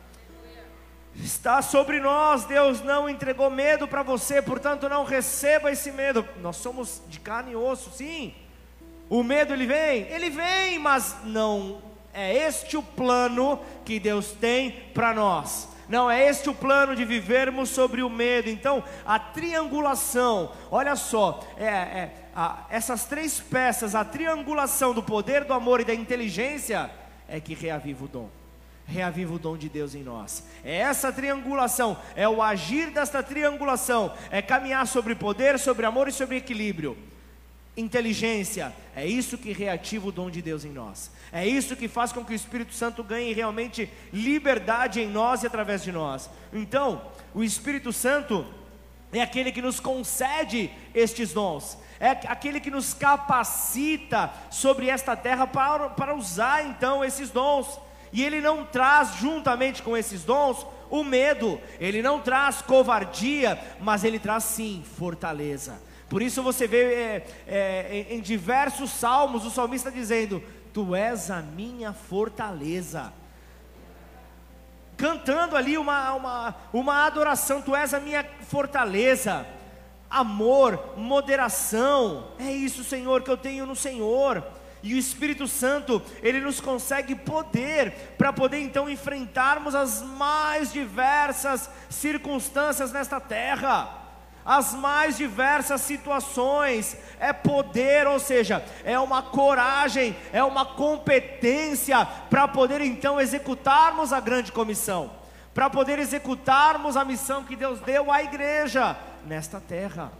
Está sobre nós. Deus não entregou medo para você, portanto não receba esse medo. Nós somos de carne e osso, sim. O medo ele vem, mas não é este o plano que Deus tem para nós. Não é este o plano de vivermos sobre o medo. Então a triangulação, olha só, essas 3 peças, a triangulação do poder, do amor e da inteligência, é que reaviva o dom. Reaviva o dom de Deus em nós. É essa triangulação, é o agir desta triangulação, é caminhar sobre poder, sobre amor e sobre equilíbrio. Inteligência, é isso que reativa o dom de Deus em nós. É isso que faz com que o Espírito Santo ganhe realmente liberdade em nós e através de nós. Então, o Espírito Santo é aquele que nos concede estes dons, é aquele que nos capacita sobre esta terra para usar então esses dons. E Ele não traz juntamente com esses dons o medo, Ele não traz covardia, mas Ele traz sim fortaleza. Por isso você vê em diversos salmos o salmista dizendo: Tu és a minha fortaleza. Cantando ali uma adoração: Tu és a minha fortaleza. Amor, moderação, é isso, Senhor, que eu tenho no Senhor. E o Espírito Santo, Ele nos consegue poder, para poder então enfrentarmos as mais diversas circunstâncias nesta terra, as mais diversas situações. É poder, ou seja, é uma coragem, é uma competência para poder então executarmos a grande comissão, para poder executarmos a missão que Deus deu à igreja nesta terra.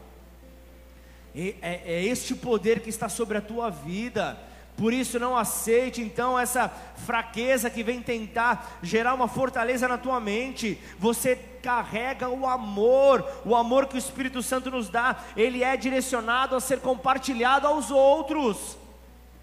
É este poder que está sobre a tua vida. Por isso não aceite então essa fraqueza que vem tentar gerar uma fortaleza na tua mente. Você carrega o amor que o Espírito Santo nos dá. Ele é direcionado a ser compartilhado aos outros.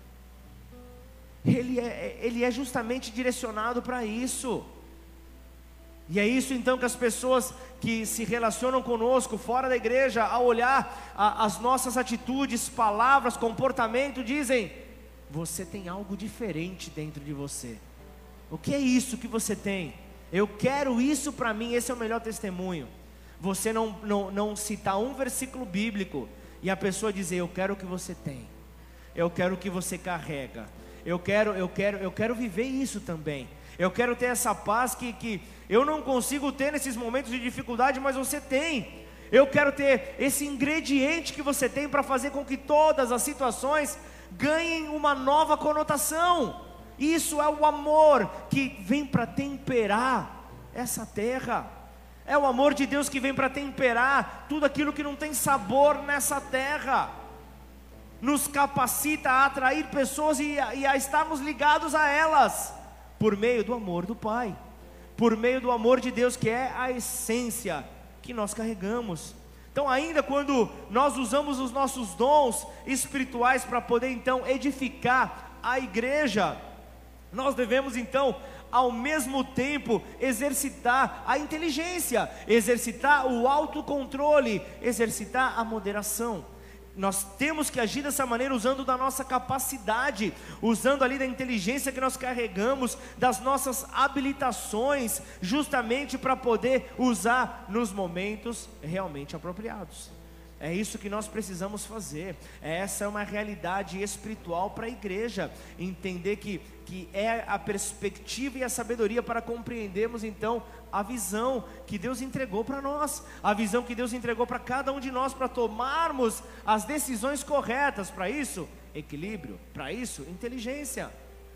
ele é justamente direcionado para isso. E é isso então que as pessoas que se relacionam conosco fora da igreja, ao olhar as nossas atitudes, palavras, comportamento, dizem: você tem algo diferente dentro de você. O que é isso que você tem? Eu quero isso para mim. Esse é o melhor testemunho. Você não citar um versículo bíblico e a pessoa dizer: eu quero o que você tem, eu quero o que você carrega, eu quero viver isso também. Eu quero ter essa paz que eu não consigo ter nesses momentos de dificuldade, mas você tem. Eu quero ter esse ingrediente que você tem para fazer com que todas as situações ganhem uma nova conotação. Isso é o amor que vem para temperar essa terra. É o amor de Deus que vem para temperar tudo aquilo que não tem sabor nessa terra. Nos capacita a atrair pessoas e a estarmos ligados a elas, por meio do amor do Pai, por meio do amor de Deus, que é a essência que nós carregamos. Então, ainda quando nós usamos os nossos dons espirituais para poder então edificar a igreja, nós devemos então, ao mesmo tempo, exercitar a inteligência, exercitar o autocontrole, exercitar a moderação. Nós temos que agir dessa maneira, usando da nossa capacidade, usando ali da inteligência que nós carregamos, das nossas habilitações, justamente para poder usar nos momentos realmente apropriados. É isso que nós precisamos fazer. Essa é uma realidade espiritual para a igreja. Entender que é a perspectiva e a sabedoria para compreendermos então a visão que Deus entregou para nós, a visão que Deus entregou para cada um de nós, para tomarmos as decisões corretas. Para isso, equilíbrio. Para isso, inteligência.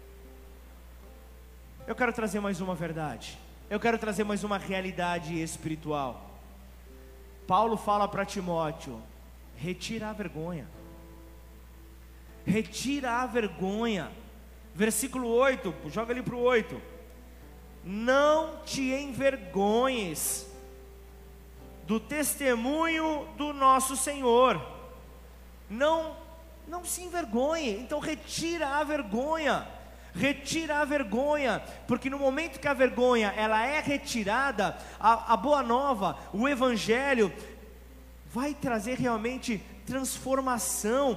Eu quero trazer mais uma verdade. Eu quero trazer mais uma realidade espiritual. Paulo fala para Timóteo: retira a vergonha. Retira a vergonha. Versículo 8, joga ali para o 8. Não te envergonhes do testemunho do nosso Senhor. Não se envergonhe. Então retira a vergonha. Retira a vergonha, porque no momento que a vergonha ela é retirada, a boa nova, o evangelho vai trazer realmente transformação.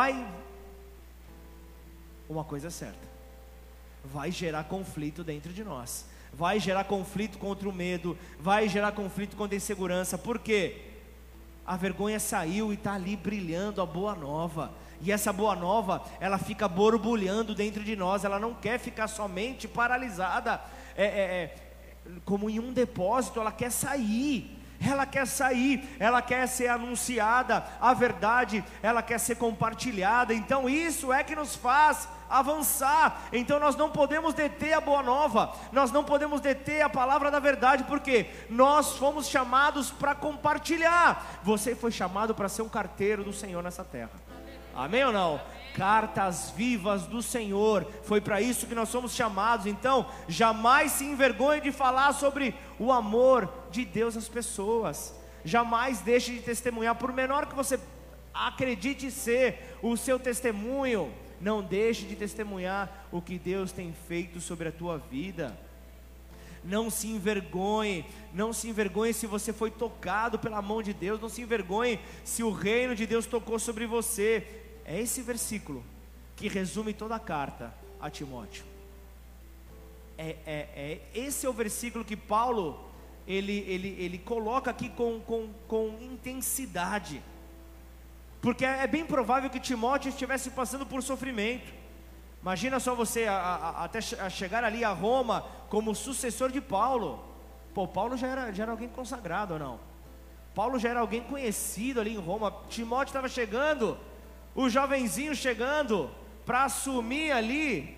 Uma coisa é certa: vai gerar conflito dentro de nós, vai gerar conflito contra o medo, vai gerar conflito contra a insegurança. Por quê? A vergonha saiu e está ali brilhando a boa nova. E essa boa nova, ela fica borbulhando dentro de nós. Ela não quer ficar somente paralisada, como em um depósito. Ela quer sair. Ela quer sair, ela quer ser anunciada, a verdade, ela quer ser compartilhada. Então isso é que nos faz avançar. Então nós não podemos deter a boa nova, nós não podemos deter a palavra da verdade, porque nós fomos chamados para compartilhar. Você foi chamado para ser um carteiro do Senhor nessa terra. Amém ou não? Cartas vivas do Senhor, foi para isso que nós somos chamados. Então jamais se envergonhe de falar sobre o amor de Deus às pessoas. Jamais deixe de testemunhar, por menor que você acredite ser o seu testemunho. Não deixe de testemunhar o que Deus tem feito sobre a tua vida. Não se envergonhe, não se envergonhe se você foi tocado pela mão de Deus. Não se envergonhe se o reino de Deus tocou sobre você. É esse versículo que resume toda a carta a Timóteo. Esse é o versículo que Paulo ele coloca aqui com intensidade, porque é bem provável que Timóteo estivesse passando por sofrimento. Imagina só você até chegar ali a Roma como sucessor de Paulo. Paulo já era alguém consagrado ou não? Paulo já era alguém conhecido ali em Roma. Timóteo estava chegando, o jovenzinho chegando para assumir ali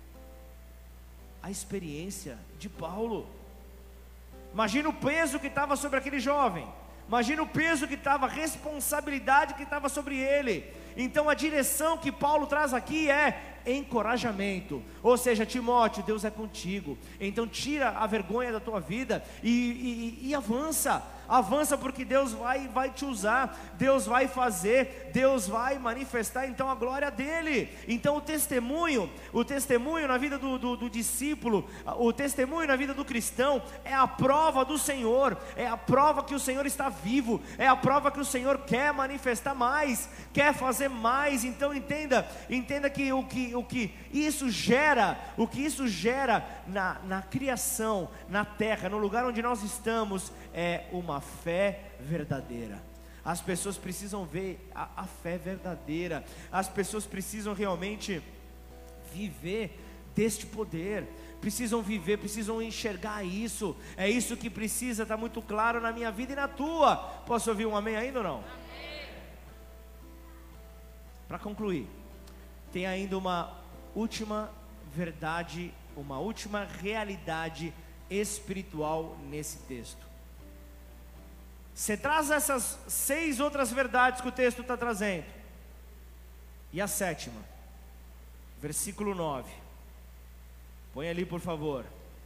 a experiência de Paulo. Imagina o peso que estava sobre aquele jovem. Imagina o peso que estava, a responsabilidade que estava sobre ele. Então a direção que Paulo traz aqui é encorajamento. Ou seja, Timóteo, Deus é contigo. Então tira a vergonha da tua vida e avança. avança porque Deus vai te usar, Deus vai fazer, Deus vai manifestar então a glória dele. Então o testemunho na vida do discípulo, o testemunho na vida do cristão é a prova do Senhor, é a prova que o Senhor está vivo, é a prova que o Senhor quer manifestar mais, quer fazer mais. Então entenda que o que isso gera na criação, na terra, no lugar onde nós estamos, é uma fé verdadeira. As pessoas precisam ver a fé verdadeira, as pessoas precisam realmente viver deste poder, precisam viver, precisam enxergar isso. É isso que precisa estar muito claro na minha vida e na tua. Posso ouvir um amém ainda ou não? Para concluir, tem ainda uma última verdade, uma última realidade espiritual nesse texto. Você traz essas 6 outras verdades que o texto está trazendo, e a 7ª, versículo 9, põe ali por favor.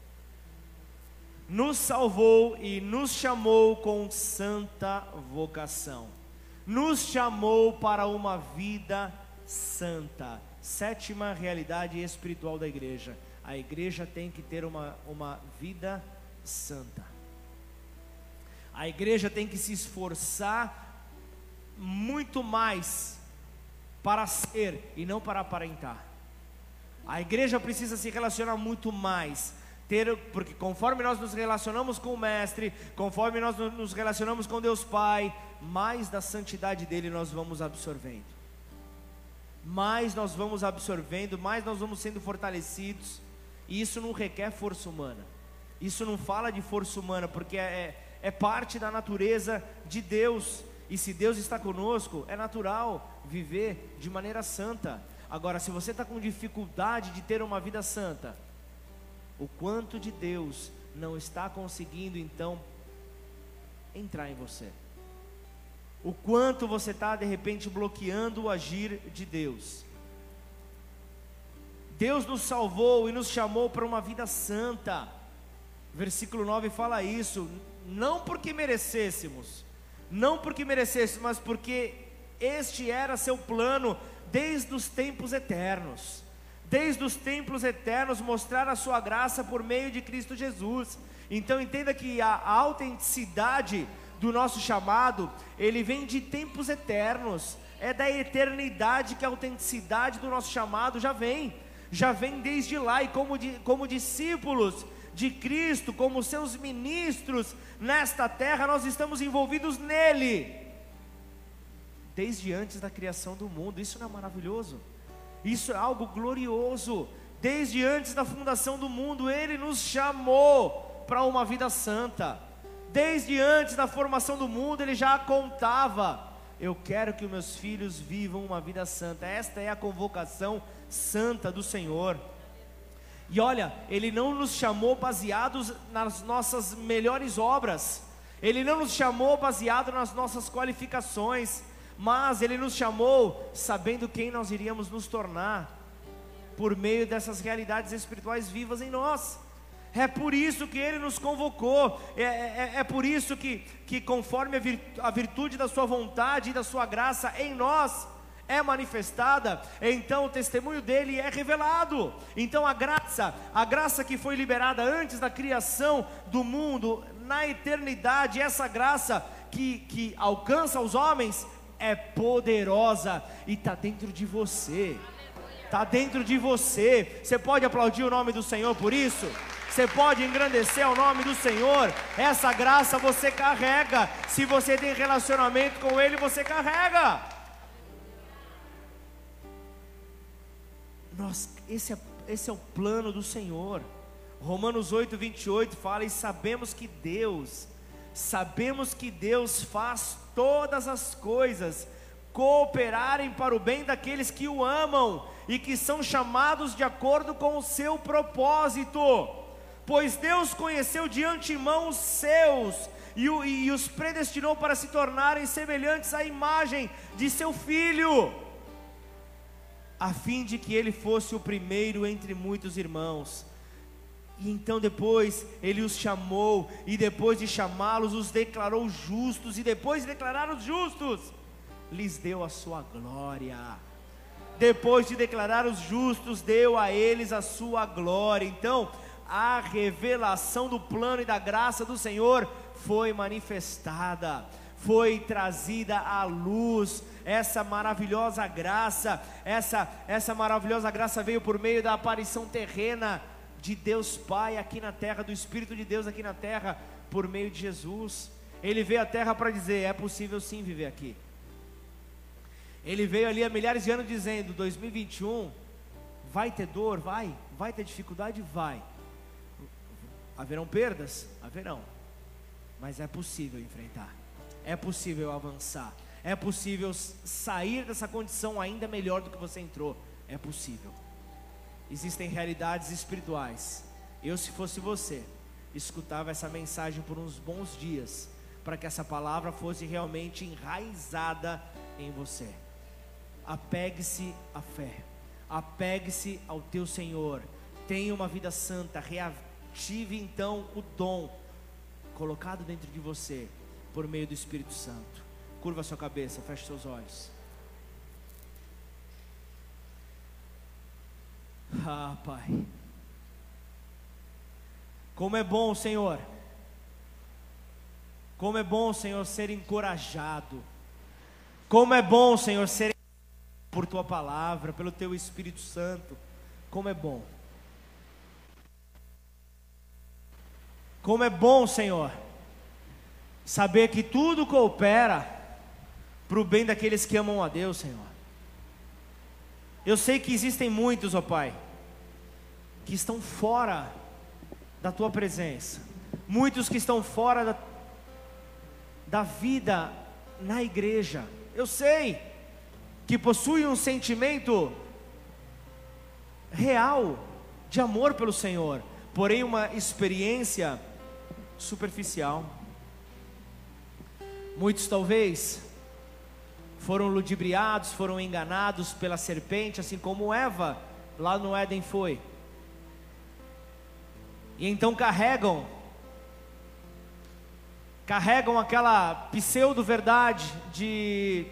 Nos salvou e nos chamou com santa vocação, nos chamou para uma vida santa. 7ª realidade espiritual da igreja: a igreja tem que ter uma vida santa. A igreja tem que se esforçar muito mais para ser e não para aparentar. A igreja precisa se relacionar muito mais, porque conforme nós nos relacionamos com o Mestre, conforme nós nos relacionamos com Deus Pai, mais da santidade dele nós vamos absorvendo. Mais nós vamos absorvendo, mais nós vamos sendo fortalecidos. E isso não requer força humana. Isso não fala de força humana, porque é parte da natureza de Deus. E se Deus está conosco, é natural viver de maneira santa. Agora, se você está com dificuldade de ter uma vida santa, o quanto de Deus não está conseguindo então entrar em você? O quanto você está de repente bloqueando o agir de Deus? Deus nos salvou e nos chamou para uma vida santa. Versículo 9 fala isso, não porque merecêssemos, mas porque este era seu plano desde os tempos eternos. Desde os tempos eternos mostrar a sua graça por meio de Cristo Jesus. Então entenda que a autenticidade do nosso chamado, ele vem de tempos eternos. É da eternidade que a autenticidade do nosso chamado já vem desde lá. E como discípulos de Cristo, como seus ministros nesta terra, nós estamos envolvidos nele desde antes da criação do mundo. Isso não é maravilhoso? Isso é algo glorioso. Desde antes da fundação do mundo, ele nos chamou para uma vida santa. Desde antes da formação do mundo, ele já contava: eu quero que os meus filhos vivam uma vida santa. Esta é a convocação santa do Senhor. E olha, ele não nos chamou baseados nas nossas melhores obras, ele não nos chamou baseado nas nossas qualificações, mas ele nos chamou sabendo quem nós iríamos nos tornar por meio dessas realidades espirituais vivas em nós. É por isso que ele nos convocou, é por isso que conforme a virtude da sua vontade e da sua graça em nós é manifestada, então o testemunho dele é revelado. Então a graça que foi liberada antes da criação do mundo, na eternidade, essa graça que alcança os homens, é poderosa e está dentro de você. Está dentro de você. Você pode aplaudir o nome do Senhor por isso? Você pode engrandecer o nome do Senhor? Essa graça você carrega. Se você tem relacionamento com Ele, você carrega. Esse é o plano do Senhor. Romanos 8:28 fala: e sabemos que Deus faz todas as coisas cooperarem para o bem daqueles que o amam e que são chamados de acordo com o seu propósito. Pois Deus conheceu de antemão os seus e os predestinou para se tornarem semelhantes à imagem de seu Filho, a fim de que ele fosse o primeiro entre muitos irmãos. E então depois ele os chamou, e depois de chamá-los, os declarou justos, e depois de declarar os justos, lhes deu a sua glória. Depois de declarar os justos, deu a eles a sua glória. Então, a revelação do plano e da graça do Senhor foi manifestada, foi trazida à luz. Essa maravilhosa graça, essa maravilhosa graça veio por meio da aparição terrena de Deus Pai aqui na terra, do Espírito de Deus aqui na terra, por meio de Jesus. Ele veio à terra para dizer: é possível sim viver aqui. Ele veio ali há milhares de anos dizendo: 2021, vai ter dor? Vai ter dificuldade? Vai. Haverão perdas? Haverão. Mas é possível enfrentar, é possível avançar, é possível sair dessa condição ainda melhor do que você entrou. É possível. Existem realidades espirituais. Eu, se fosse você, escutava essa mensagem por uns bons dias, para que essa palavra fosse realmente enraizada em você. Apegue-se à fé, apegue-se ao teu Senhor, tenha uma vida santa, reative então o dom colocado dentro de você, por meio do Espírito Santo. Curva sua cabeça, feche seus olhos. Ah, Pai, como é bom, Senhor, como é bom, Senhor, ser encorajado, como é bom, Senhor, ser por Tua palavra, pelo Teu Espírito Santo. Como é bom, como é bom, Senhor, saber que tudo coopera para o bem daqueles que amam a Deus, Senhor. Eu sei que existem muitos, ó Pai, que estão fora da Tua presença, muitos que estão fora da vida na igreja. Eu sei que possuem um sentimento real de amor pelo Senhor, porém uma experiência superficial. Muitos talvez foram ludibriados, foram enganados pela serpente, assim como Eva lá no Éden foi. E então carregam aquela pseudo-verdade de: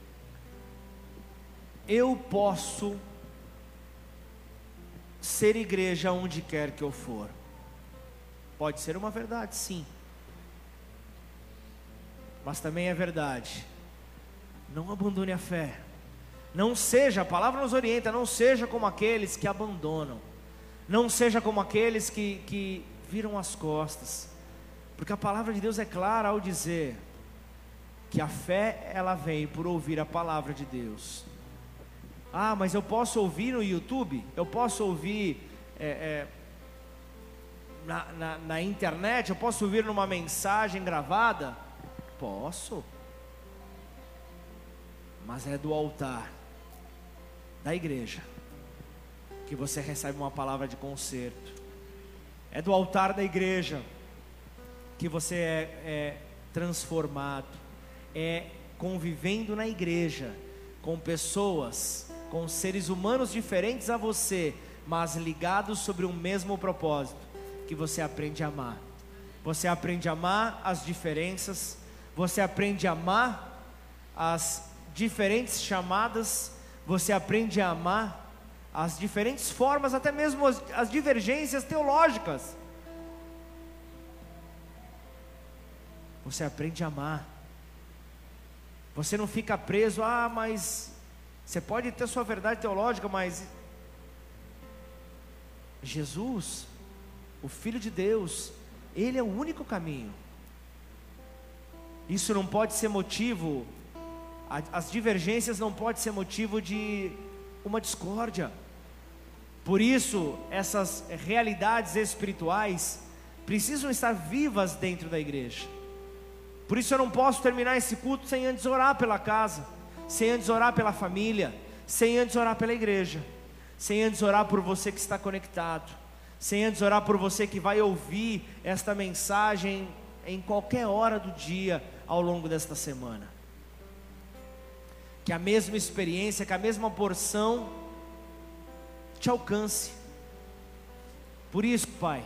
eu posso ser igreja onde quer que eu for. Pode ser uma verdade, sim, mas também é verdade: não abandone a fé. Não seja, a palavra nos orienta, não seja como aqueles que abandonam, não seja como aqueles que viram as costas, porque a palavra de Deus é clara ao dizer que a fé, ela vem por ouvir a palavra de Deus. Ah, mas eu posso ouvir no YouTube, eu posso ouvir na internet, eu posso ouvir numa mensagem gravada? Posso, mas é do altar da igreja que você recebe uma palavra de conserto. É do altar da igreja que você é transformado. É convivendo na igreja com pessoas, com seres humanos diferentes a você, mas ligados sobre o mesmo propósito, que você aprende a amar. Você aprende a amar as diferenças, você aprende a amar as diferentes chamadas, você aprende a amar as diferentes formas, até mesmo as divergências teológicas. Você aprende a amar. Você não fica preso: ah, mas você pode ter sua verdade teológica, mas Jesus, o Filho de Deus, Ele é o único caminho. Isso não pode ser motivo, as divergências não podem ser motivo de uma discórdia. Por isso, essas realidades espirituais precisam estar vivas dentro da igreja. Por isso eu não posso terminar esse culto sem antes orar pela casa, sem antes orar pela família, sem antes orar pela igreja, sem antes orar por você que está conectado, sem antes orar por você que vai ouvir esta mensagem em qualquer hora do dia ao longo desta semana. Que a mesma experiência, que a mesma porção te alcance. Por isso, Pai,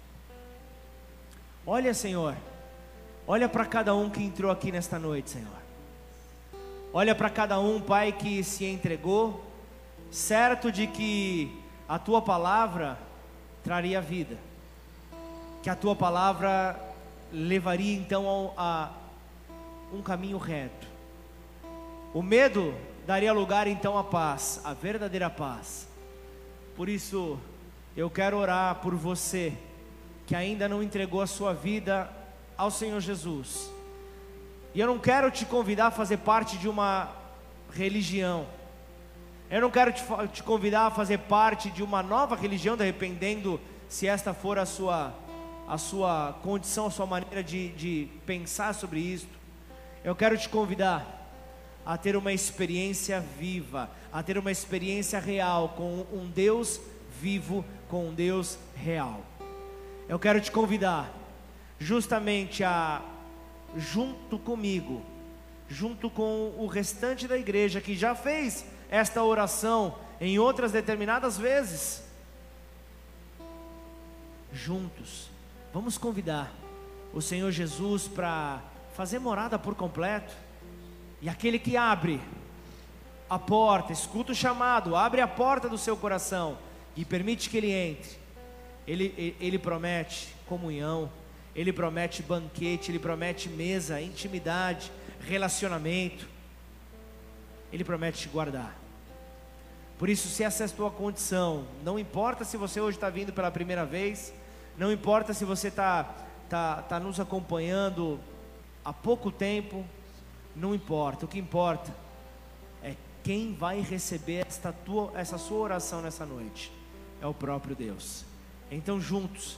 olha, Senhor, olha para cada um que entrou aqui nesta noite, Senhor. Olha para cada um, Pai, que se entregou, certo de que a Tua palavra traria vida, que a Tua palavra levaria então a um caminho reto. O medo daria lugar então à paz, a verdadeira paz. Por isso, eu quero orar por você que ainda não entregou a sua vida ao Senhor Jesus. E eu não quero te convidar a fazer parte de uma religião. Eu não quero te convidar a fazer parte de uma nova religião, dependendo se esta for a sua condição, a sua maneira de pensar sobre isto. Eu quero te convidar a ter uma experiência viva, a ter uma experiência real com um Deus vivo, com um Deus real. Eu quero te convidar justamente a, junto comigo, junto com o restante da igreja que já fez esta oração em outras determinadas vezes, juntos, vamos convidar o Senhor Jesus para fazer morada por completo. E aquele que abre a porta, escuta o chamado, abre a porta do seu coração e permite que ele entre, ele promete comunhão, ele promete banquete, ele promete mesa, intimidade, relacionamento, ele promete te guardar. Por isso, se essa é a tua condição, não importa se você hoje está vindo pela primeira vez, não importa se você está nos acompanhando há pouco tempo, não importa. O que importa é quem vai receber essa sua oração nessa noite. É o próprio Deus. Então juntos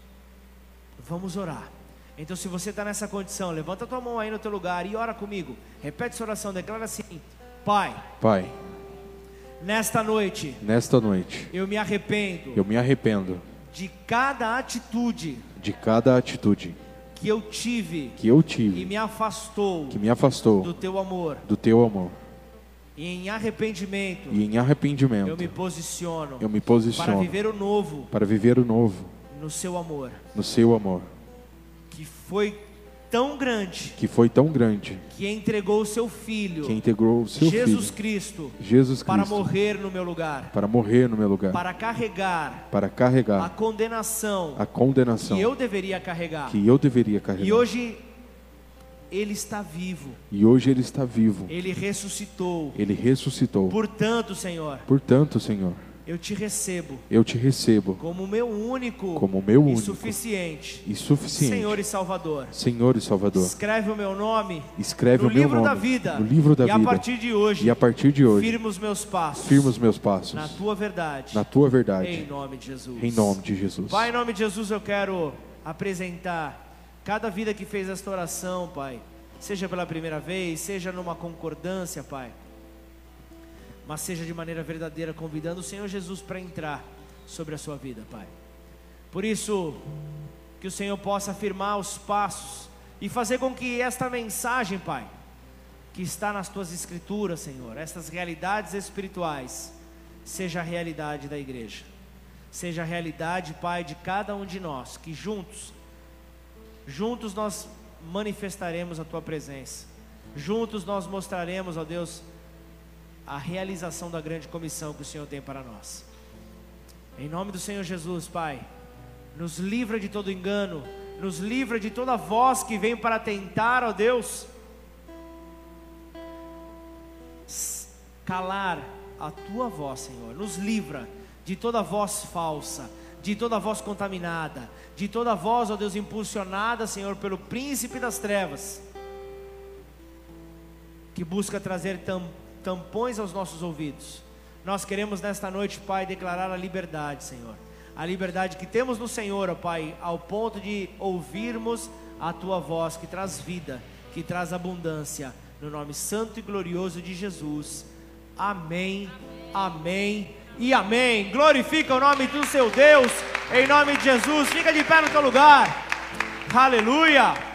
vamos orar. Então se você está nessa condição, levanta a tua mão aí no teu lugar e ora comigo. Repete essa oração, declara assim: Pai, nesta noite eu me arrependo de cada atitude que eu tive e me afastou do teu amor. E em arrependimento eu me posiciono para viver o novo no seu amor, que foi tão grande que entregou o seu Filho, Jesus Cristo, para morrer no meu lugar, para carregar a condenação que eu deveria carregar. E hoje Ele está vivo. Ele ressuscitou. Portanto, Senhor, eu te recebo como meu único e suficiente Senhor e Salvador. Escreve o meu nome no livro da vida. E a partir de hoje, firma os meus passos na tua verdade. Em nome de Jesus. Pai, em nome de Jesus, eu quero apresentar cada vida que fez esta oração, Pai, seja pela primeira vez, seja numa concordância, Pai, mas seja de maneira verdadeira, convidando o Senhor Jesus para entrar sobre a sua vida, Pai. Por isso, que o Senhor possa afirmar os passos e fazer com que esta mensagem, Pai, que está nas Tuas Escrituras, Senhor, estas realidades espirituais, seja a realidade da igreja, seja a realidade, Pai, de cada um de nós, que juntos nós manifestaremos a Tua presença, juntos nós mostraremos, ó Deus, a realização da grande comissão que o Senhor tem para nós. Em nome do Senhor Jesus, Pai, nos livra de todo engano, nos livra de toda voz que vem para tentar, ó Deus, calar a Tua voz, Senhor. Nos livra de toda voz falsa, de toda voz contaminada, de toda voz, ó Deus, impulsionada, Senhor, pelo príncipe das trevas, que busca trazer tampões aos nossos ouvidos. Nós queremos nesta noite, Pai, declarar a liberdade, Senhor, a liberdade que temos no Senhor, ó Pai, ao ponto de ouvirmos a Tua voz, que traz vida, que traz abundância, no nome santo e glorioso de Jesus. Amém, amém e amém. Glorifica o nome do seu Deus, em nome de Jesus. Fica de pé no teu lugar. Aleluia.